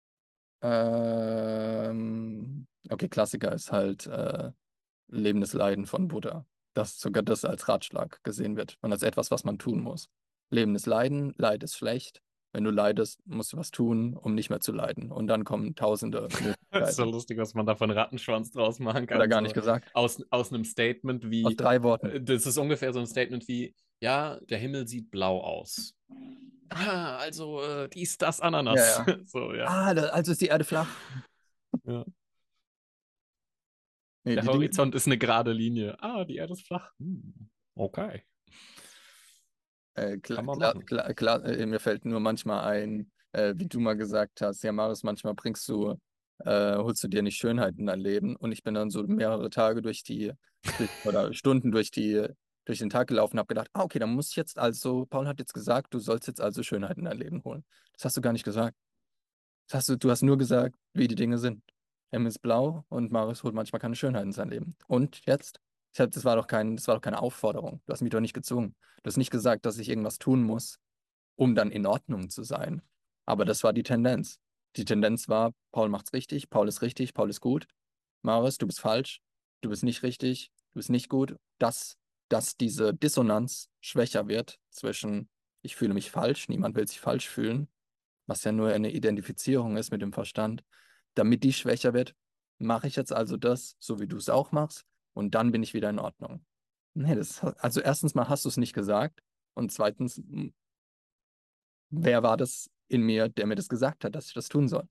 Ähm, okay, Klassiker ist halt äh, lebendes Leiden von Buddha. Dass sogar das als Ratschlag gesehen wird und als etwas, was man tun muss. Lebendes Leiden, Leid ist schlecht. Wenn du leidest, musst du was tun, um nicht mehr zu leiden. Und dann kommen tausende Das ist so Möglichkeiten. lustig, was man da von Rattenschwanz draus machen Hat er kann. gar nicht So gesagt. aus, aus einem Statement Aus wie, drei Worten. äh, das ist ungefähr so ein Statement wie, ja, der Himmel sieht blau aus. Ah, also äh, dies, das, Ja, Ananas. ja. So, ja. Ah, da, also ist die Erde flach. Ja. Nee, Der die Dinge, Horizont ist eine gerade Linie. Ah, die Erde ist flach. Hm. Okay, äh, kann klar, man klar, machen. klar, klar, äh, mir fällt nur manchmal ein, äh, wie du mal gesagt hast, ja, Marius, manchmal bringst du, äh, holst du dir nicht Schönheit in dein Leben. Und ich bin dann so mehrere Tage durch die, durch, oder Stunden durch die, durch den Tag gelaufen, habe gedacht, ah, okay, dann muss ich jetzt also, Paul hat jetzt gesagt, du sollst jetzt also Schönheit in dein Leben holen. Das hast du gar nicht gesagt. Das hast du, du hast nur gesagt, wie die Dinge sind. Himmel ist blau und Marius holt manchmal keine Schönheit in sein Leben. Und jetzt? Ich hab, das war doch kein, das war doch keine Aufforderung. Du hast mich doch nicht gezwungen. Du hast nicht gesagt, dass ich irgendwas tun muss, um dann in Ordnung zu sein. Aber das war die Tendenz. Die Tendenz war, Paul macht's richtig, Paul ist richtig, Paul ist gut. Marius, du bist falsch, du bist nicht richtig, du bist nicht gut. Dass, dass diese Dissonanz schwächer wird zwischen, ich fühle mich falsch, niemand will sich falsch fühlen, was ja nur eine Identifizierung ist mit dem Verstand. Damit die schwächer wird, mache ich jetzt also das, so wie du es auch machst, und dann bin ich wieder in Ordnung. Nee, das, also erstens mal hast du es nicht gesagt und zweitens, m, wer war das in mir, der mir das gesagt hat, dass ich das tun soll?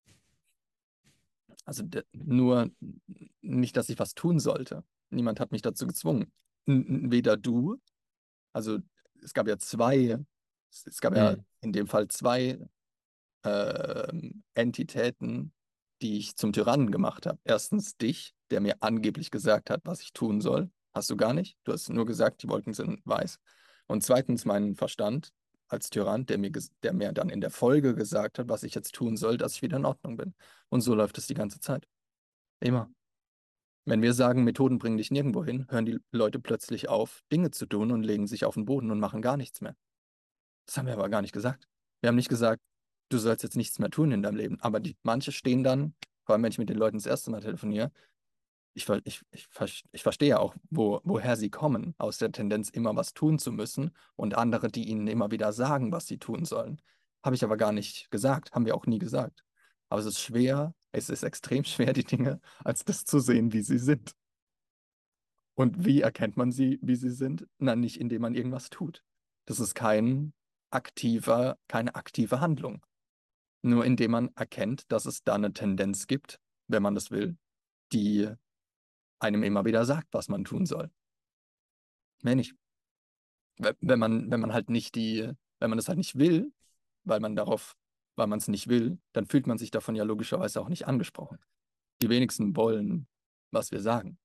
Also de- nur nicht, dass ich was tun sollte. Niemand hat mich dazu gezwungen. N n- weder du, also es gab ja zwei, es es gab ja Hm. in dem Fall zwei ähm, Entitäten, die ich zum Tyrannen gemacht habe. Erstens dich, der mir angeblich gesagt hat, was ich tun soll. Hast du gar nicht. Du hast nur gesagt, die Wolken sind weiß. Und zweitens meinen Verstand als Tyrann, der mir, ges- der mir dann in der Folge gesagt hat, was ich jetzt tun soll, dass ich wieder in Ordnung bin. Und so läuft es die ganze Zeit. Immer. Wenn wir sagen, Methoden bringen dich nirgendwo hin, hören die Leute plötzlich auf, Dinge zu tun und legen sich auf den Boden und machen gar nichts mehr. Das haben wir aber gar nicht gesagt. Wir haben nicht gesagt, du sollst jetzt nichts mehr tun in deinem Leben. Aber die, manche stehen dann, vor allem wenn ich mit den Leuten das erste Mal telefoniere, ich, ver- ich, ich, ver- ich verstehe ja auch, wo, woher sie kommen, aus der Tendenz, immer was tun zu müssen und andere, die ihnen immer wieder sagen, was sie tun sollen. Habe ich aber gar nicht gesagt, haben wir auch nie gesagt. Aber es ist schwer, es ist extrem schwer, die Dinge als das zu sehen, wie sie sind. Und wie erkennt man sie, wie sie sind? Na, nicht indem man irgendwas tut. Das ist kein aktiver, keine aktive Handlung. Nur indem man erkennt, dass es da eine Tendenz gibt, wenn man das will, die einem immer wieder sagt, was man tun soll. Mehr nicht. We- Wenn man, wenn man halt nicht die, wenn man es halt nicht will, weil man darauf, weil man es nicht will, dann fühlt man sich davon ja logischerweise auch nicht angesprochen. Die wenigsten wollen, was wir sagen.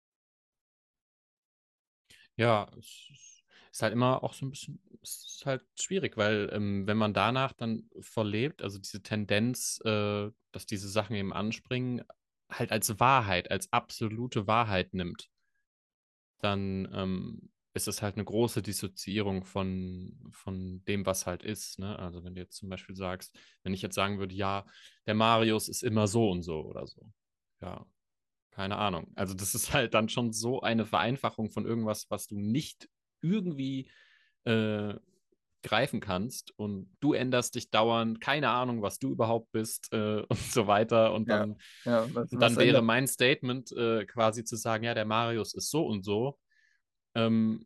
Ja, es ist ist halt immer auch so ein bisschen, es ist halt schwierig, weil ähm, wenn man danach dann verlebt, also diese Tendenz, äh, dass diese Sachen eben anspringen, halt als Wahrheit, als absolute Wahrheit nimmt, dann ähm, ist es halt eine große Dissoziierung von, von dem, was halt ist. Ne? Also wenn du jetzt zum Beispiel sagst, wenn ich jetzt sagen würde, ja, der Marius ist immer so und so oder so. Ja, keine Ahnung. Also das ist halt dann schon so eine Vereinfachung von irgendwas, was du nicht irgendwie äh, greifen kannst und du änderst dich dauernd, keine Ahnung, was du überhaupt bist äh, und so weiter. Und Ja, dann, ja, was, und was dann wäre ändert? mein Statement äh, quasi zu sagen, ja, der Marius ist so und so, ähm,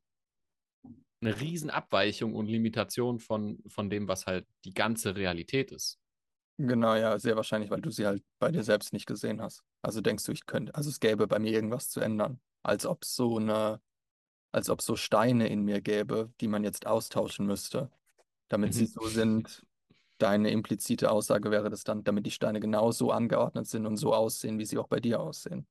eine Riesenabweichung und Limitation von, von dem, was halt die ganze Realität ist. Genau, ja, sehr wahrscheinlich, weil du sie halt bei dir selbst nicht gesehen hast. Also denkst du, ich könnte, also es gäbe bei mir irgendwas zu ändern. Als ob es so eine, als ob es so Steine in mir gäbe, die man jetzt austauschen müsste, damit sie Mhm. so sind. Deine implizite Aussage wäre das dann, damit die Steine genau so angeordnet sind und so aussehen, wie sie auch bei dir aussehen.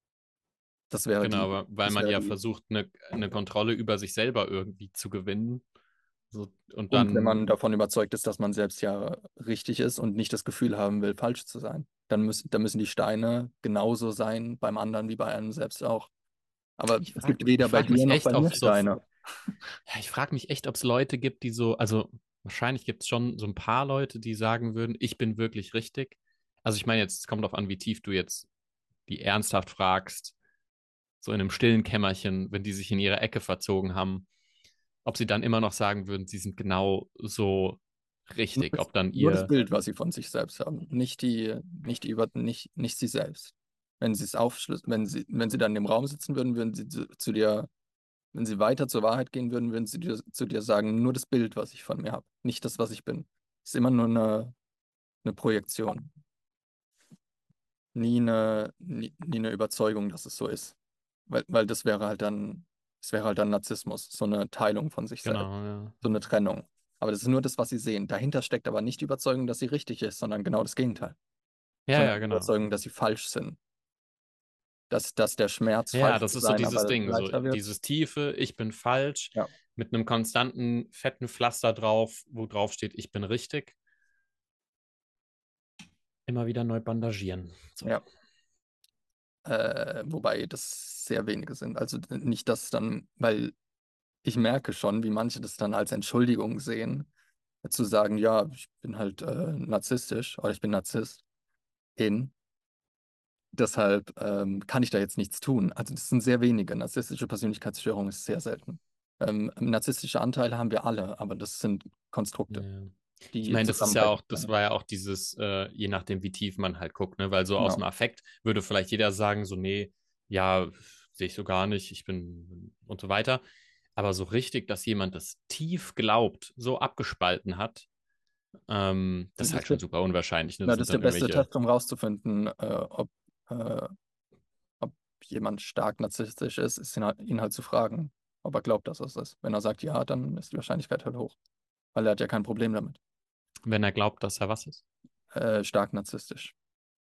Das wäre Genau, die, aber weil das man wäre ja die. versucht, eine, eine Kontrolle über sich selber irgendwie zu gewinnen. So, und Und wenn man dann, davon überzeugt ist, dass man selbst ja richtig ist und nicht das Gefühl haben will, falsch zu sein, dann müssen, dann müssen die Steine genauso sein beim anderen wie bei einem selbst auch. Aber ich es frage gibt weder ich bei frag dir mich noch bei echt, ob mir es so, Steine. ja, ich frage mich echt, ob es Leute gibt, die so, also wahrscheinlich gibt es schon so ein paar Leute, die sagen würden, ich bin wirklich richtig. Also ich meine jetzt, es kommt darauf an, wie tief du jetzt die ernsthaft fragst, so in einem stillen Kämmerchen, wenn die sich in ihre Ecke verzogen haben, ob sie dann immer noch sagen würden, sie sind genau so Nur richtig, das, ob dann nur das ihr, Bild, was sie von sich selbst haben, nicht die, nicht die über, nicht, nicht sie selbst. Wenn sie es aufschlüsseln, wenn sie, wenn sie dann im Raum sitzen würden, würden sie zu, zu dir Wenn sie weiter zur Wahrheit gehen würden, würden sie dir, zu dir sagen, nur das Bild, was ich von mir habe, nicht das, was ich bin. Ist immer nur eine, eine Projektion. Nie eine, nie, nie eine Überzeugung, dass es so ist. Weil, weil das wäre halt dann, das wäre halt dann Narzissmus, so eine Teilung von sich selbst, Genau, ja. so eine Trennung. Aber das ist nur das, was sie sehen. Dahinter steckt aber nicht die Überzeugung, dass sie richtig ist, sondern genau das Gegenteil. Ja, Sondern ja, die genau. Überzeugung, dass sie falsch sind. Dass, dass der Schmerz, Ja, falsch das zu ist so sein, dieses aber Ding, so leichter wird. dieses tiefe, ich bin falsch, Ja, mit einem konstanten, fetten Pflaster drauf, wo drauf steht, ich bin richtig. Immer wieder neu bandagieren. So. ja. Äh, wobei das sehr wenige sind. Also nicht, dass dann, weil ich merke schon, wie manche das dann als Entschuldigung sehen, zu sagen, ja, ich bin halt äh, narzisstisch oder ich bin Narzisst in. Deshalb ähm, kann ich da jetzt nichts tun. Also das sind sehr wenige. Narzisstische Persönlichkeitsstörung ist sehr selten. Ähm, narzisstische Anteile haben wir alle, aber das sind Konstrukte, Ja. Ich die meine, das ist ja auch, zusammenbrechen das können. war ja auch dieses, äh, je nachdem, wie tief man halt guckt, ne? Weil so aus dem Genau. Affekt würde vielleicht jeder sagen, so, nee, ja, sehe ich so gar nicht, ich bin und so weiter. Aber so richtig, dass jemand das tief glaubt, so abgespalten hat, ähm, das ist Das halt ist schon der, super unwahrscheinlich. Ne? na, Das das sind ist der dann beste irgendwelche, Test, um rauszufinden, äh, ob, äh, ob jemand stark narzisstisch ist, ist ihn halt, ihn halt zu fragen, ob er glaubt, dass es ist. Wenn er sagt ja, dann ist die Wahrscheinlichkeit halt hoch, weil er hat ja kein Problem damit. wenn er glaubt, dass er was ist. Äh, stark narzisstisch.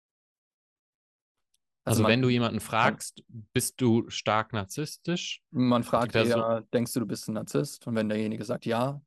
Also Also man, wenn du jemanden man, fragst, bist du stark narzisstisch? man Und die fragt Person, eher, denkst du, du bist ein Narzisst? Und wenn derjenige sagt ja,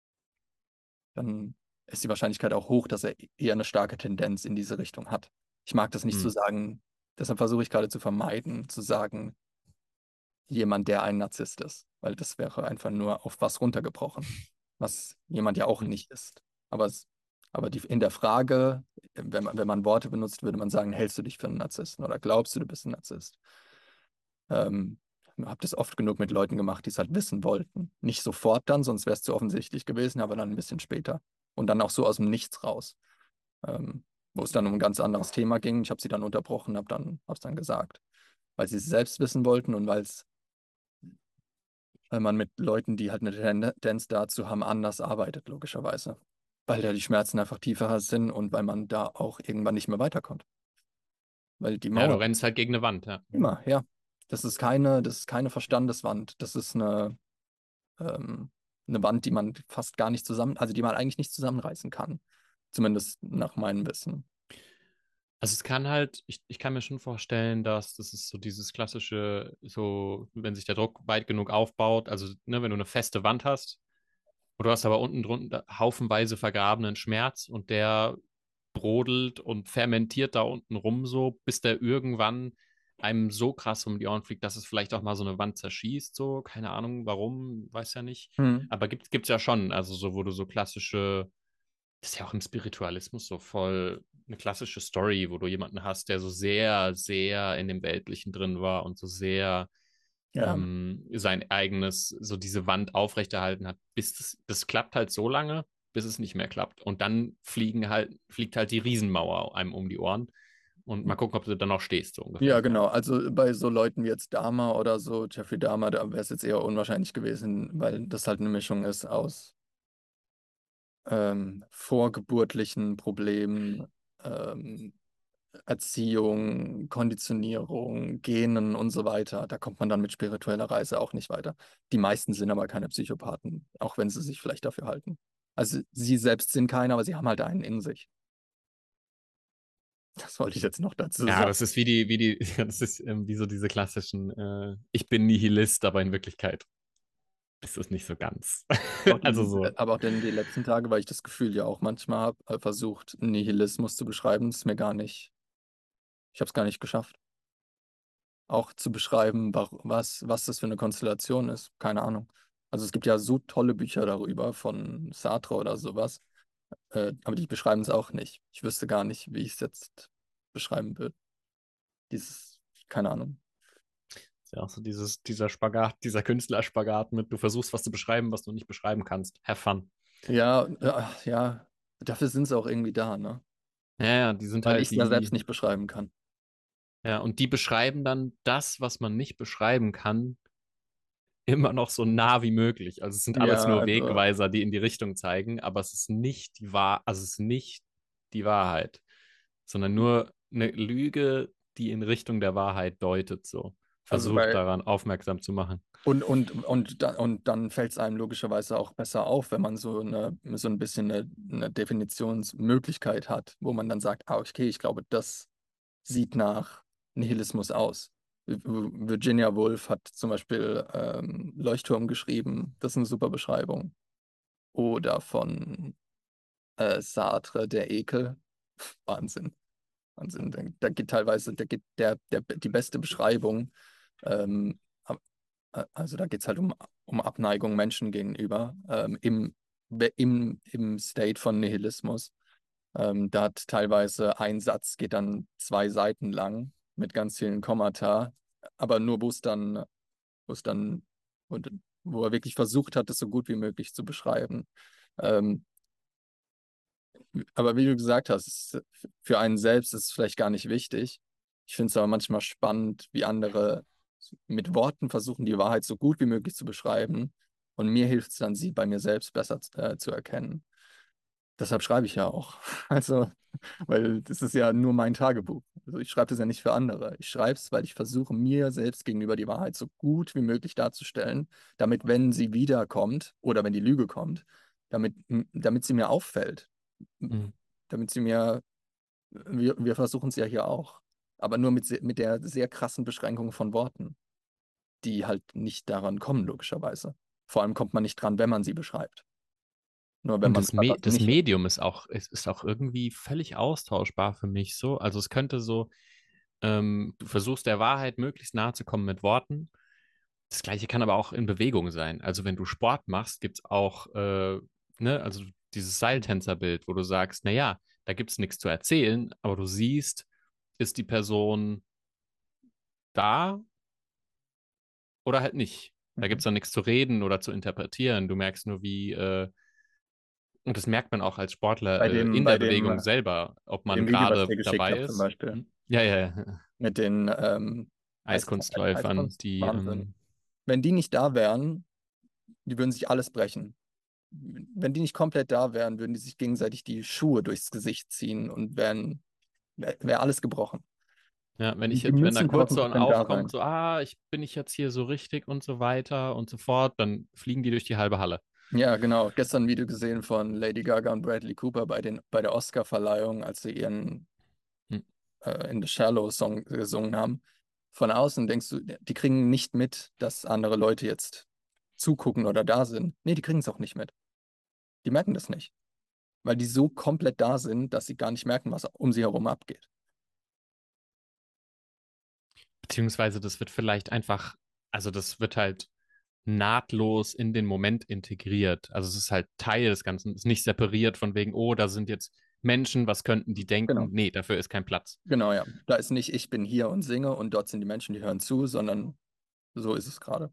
dann ist die Wahrscheinlichkeit auch hoch, dass er eher eine starke Tendenz in diese Richtung hat. Ich mag das nicht hm, zu sagen, deshalb versuche ich gerade zu vermeiden, zu sagen, jemand, der ein Narzisst ist, weil das wäre einfach nur auf was runtergebrochen, was jemand ja auch hm. nicht ist. Aber, es, aber die, in der Frage, wenn man, wenn man Worte benutzt, würde man sagen, hältst du dich für einen Narzissten oder glaubst du, du bist ein Narzisst? Ähm, habe das oft genug mit Leuten gemacht, die es halt wissen wollten. Nicht sofort dann, sonst wäre es zu offensichtlich gewesen, aber dann ein bisschen später. Und dann auch so aus dem Nichts raus, ähm, wo es dann um ein ganz anderes Thema ging. Ich habe sie dann unterbrochen, habe dann, hab's dann gesagt, weil sie es selbst wissen wollten und weil es weil man mit Leuten, die halt eine Tendenz dazu haben, anders arbeitet, logischerweise. Weil da die Schmerzen einfach tiefer sind und weil man da auch irgendwann nicht mehr weiterkommt. Weil die Ja, du Mauer rennst halt gegen eine Wand, ja. immer, ja. Das ist keine, das ist keine Verstandeswand. Das ist eine, ähm, eine Wand, die man fast gar nicht zusammen, also die man eigentlich nicht zusammenreißen kann. Zumindest nach meinem Wissen. Also es kann halt, ich, ich kann mir schon vorstellen, dass das ist so dieses klassische, so, wenn sich der Druck weit genug aufbaut, also ne, wenn du eine feste Wand hast und du hast aber unten drunter haufenweise vergrabenen Schmerz und der brodelt und fermentiert da unten rum so, bis der irgendwann einem so krass um die Ohren fliegt, dass es vielleicht auch mal so eine Wand zerschießt, so, keine Ahnung, warum, weiß ja nicht. Hm. Aber gibt, gibt's ja schon, also so, wo du so klassische, das ist ja auch im Spiritualismus so voll eine klassische Story, wo du jemanden hast, der so sehr, sehr in dem Weltlichen drin war und so sehr Ja, ähm, sein eigenes, so diese Wand aufrechterhalten hat, bis das, das klappt halt so lange, bis es nicht mehr klappt. Und dann fliegen halt, fliegt halt die Riesenmauer einem um die Ohren. Und mal gucken, ob du dann noch stehst, so ja, ungefähr. genau. Also bei so Leuten wie jetzt Dahmer oder so, Jeffrey Dahmer, da wäre es jetzt eher unwahrscheinlich gewesen, weil das halt eine Mischung ist aus ähm, vorgeburtlichen Problemen, ähm, Erziehung, Konditionierung, Genen und so weiter. Da kommt man dann mit spiritueller Reise auch nicht weiter. Die meisten sind aber keine Psychopathen, auch wenn sie sich vielleicht dafür halten. Also sie selbst sind keine, aber sie haben halt einen in sich. Das wollte ich jetzt noch dazu Ja, sagen. das ist wie die, wie die, das ist ähm, wie so diese klassischen, äh, ich bin Nihilist, aber in Wirklichkeit ist es nicht so ganz. Auch Also die, so. aber auch denn die letzten Tage, weil ich das Gefühl ja auch manchmal habe, versucht, Nihilismus zu beschreiben, ist mir gar nicht, ich habe es gar nicht geschafft. Auch zu beschreiben, wa- was, was das für eine Konstellation ist. Keine Ahnung. Also es gibt ja so tolle Bücher darüber von Sartre oder sowas, äh, aber die beschreiben es auch nicht. Ich wüsste gar nicht, wie ich es jetzt beschreiben würde. Dieses, keine Ahnung. Ist ja auch so dieses, dieser Spagat, dieser Künstlerspagat mit, du versuchst was zu beschreiben, was du nicht beschreiben kannst. Have fun. Ja, ja, ja, dafür sind sie auch irgendwie da, ne? Ja, ja, die sind Weil halt ich es ja selbst die, nicht beschreiben kann. ja, und die beschreiben dann das, was man nicht beschreiben kann, immer noch so nah wie möglich. Also es sind alles Ja, nur also, Wegweiser, die in die Richtung zeigen, aber es ist nicht die Wahr, also es ist nicht die Wahrheit, sondern nur eine Lüge, die in Richtung der Wahrheit deutet, so. also Versucht bei, daran aufmerksam zu machen. und, und, und, da, und dann fällt es einem logischerweise auch besser auf, wenn man so eine, so ein bisschen eine, eine Definitionsmöglichkeit hat, wo man dann sagt, ah, okay, ich glaube, das sieht nach Nihilismus aus. V- Virginia Woolf hat zum Beispiel ähm, Leuchtturm geschrieben, das ist eine super Beschreibung. Oder von äh, Sartre, der Ekel. Wahnsinn. Wahnsinn. Da, da geht teilweise, da geht der, der, die beste Beschreibung. Ähm, ab- äh, also da geht es halt um, um Abneigung Menschen gegenüber ähm, im, im, im State von Nihilismus. Ähm, da hat teilweise ein Satz geht dann zwei Seiten lang mit ganz vielen Kommata, aber nur wo es dann, wo es dann, und wo er wirklich versucht hat, es so gut wie möglich zu beschreiben. Ähm, aber wie du gesagt hast, es- für einen selbst ist es vielleicht gar nicht wichtig. Ich finde es aber manchmal spannend, wie andere mit Worten versuchen, die Wahrheit so gut wie möglich zu beschreiben. Und mir hilft es dann, sie bei mir selbst besser äh, zu erkennen. Deshalb schreibe ich ja auch. Also, weil das ist ja nur mein Tagebuch. Also ich schreibe das ja nicht für andere. Ich schreibe es, weil ich versuche, mir selbst gegenüber die Wahrheit so gut wie möglich darzustellen, damit, wenn sie wiederkommt oder wenn die Lüge kommt, damit, damit sie mir auffällt. Mhm. Damit sie mir, wir, wir versuchen es ja hier auch, aber nur mit, se- mit der sehr krassen Beschränkung von Worten, die halt nicht daran kommen, logischerweise. Vor allem kommt man nicht dran, wenn man sie beschreibt. Nur wenn Und man das, schreibt, Me was das nicht ist. Medium ist auch, ist, ist auch irgendwie völlig austauschbar für mich so. Also es könnte so, ähm, du versuchst der Wahrheit möglichst nahe zu kommen mit Worten. Das Gleiche kann aber auch in Bewegung sein. Also wenn du Sport machst, gibt es auch, äh, ne, also dieses Seiltänzerbild, wo du sagst, naja, da gibt es nichts zu erzählen, aber du siehst, ist die Person da oder halt nicht. Da gibt Mhm. es dann nichts zu reden oder zu interpretieren. Du merkst nur, wie, äh, und das merkt man auch als Sportler Bei äh, dem, in bei der dem, Bewegung selber, ob bei man dem Video, was ich gerade dir geschickt dabei habe, zum ist. Beispiel, Hm? Ja, ja, ja. mit den ähm, Eis Eiskunstläufern, Eiskunst, die, Wahnsinn. ähm, Wenn die nicht da wären, die würden sich alles brechen. Wenn die nicht komplett da wären, würden die sich gegenseitig die Schuhe durchs Gesicht ziehen und wären, wäre wär alles gebrochen. ja, wenn Die, ich die jetzt, wenn da müssen kurz so tausend ein Prozent da aufkommt, sein. so, ah, ich bin ich jetzt hier so richtig und so weiter und so fort, dann fliegen die durch die halbe Halle. Ja, genau. Gestern ein Video gesehen von Lady Gaga und Bradley Cooper bei den, bei der Oscar-Verleihung, als sie ihren Hm. äh, In the Shallow Song gesungen haben. Von außen denkst du, die kriegen nicht mit, dass andere Leute jetzt zugucken oder da sind. Nee, die kriegen es auch nicht mit. Die merken das nicht, weil die so komplett da sind, dass sie gar nicht merken, was um sie herum abgeht. Beziehungsweise das wird vielleicht einfach, also das wird halt nahtlos in den Moment integriert. Also es ist halt Teil des Ganzen, ist nicht separiert von wegen, oh, da sind jetzt Menschen, was könnten die denken? Genau. Nee, dafür ist kein Platz. Genau, ja. Da ist nicht, ich bin hier und singe und dort sind die Menschen, die hören zu, sondern so ist es gerade.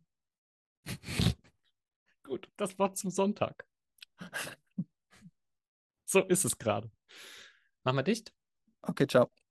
Gut, das Wort zum Sonntag. So ist es gerade. Machen wir dicht? Okay, ciao.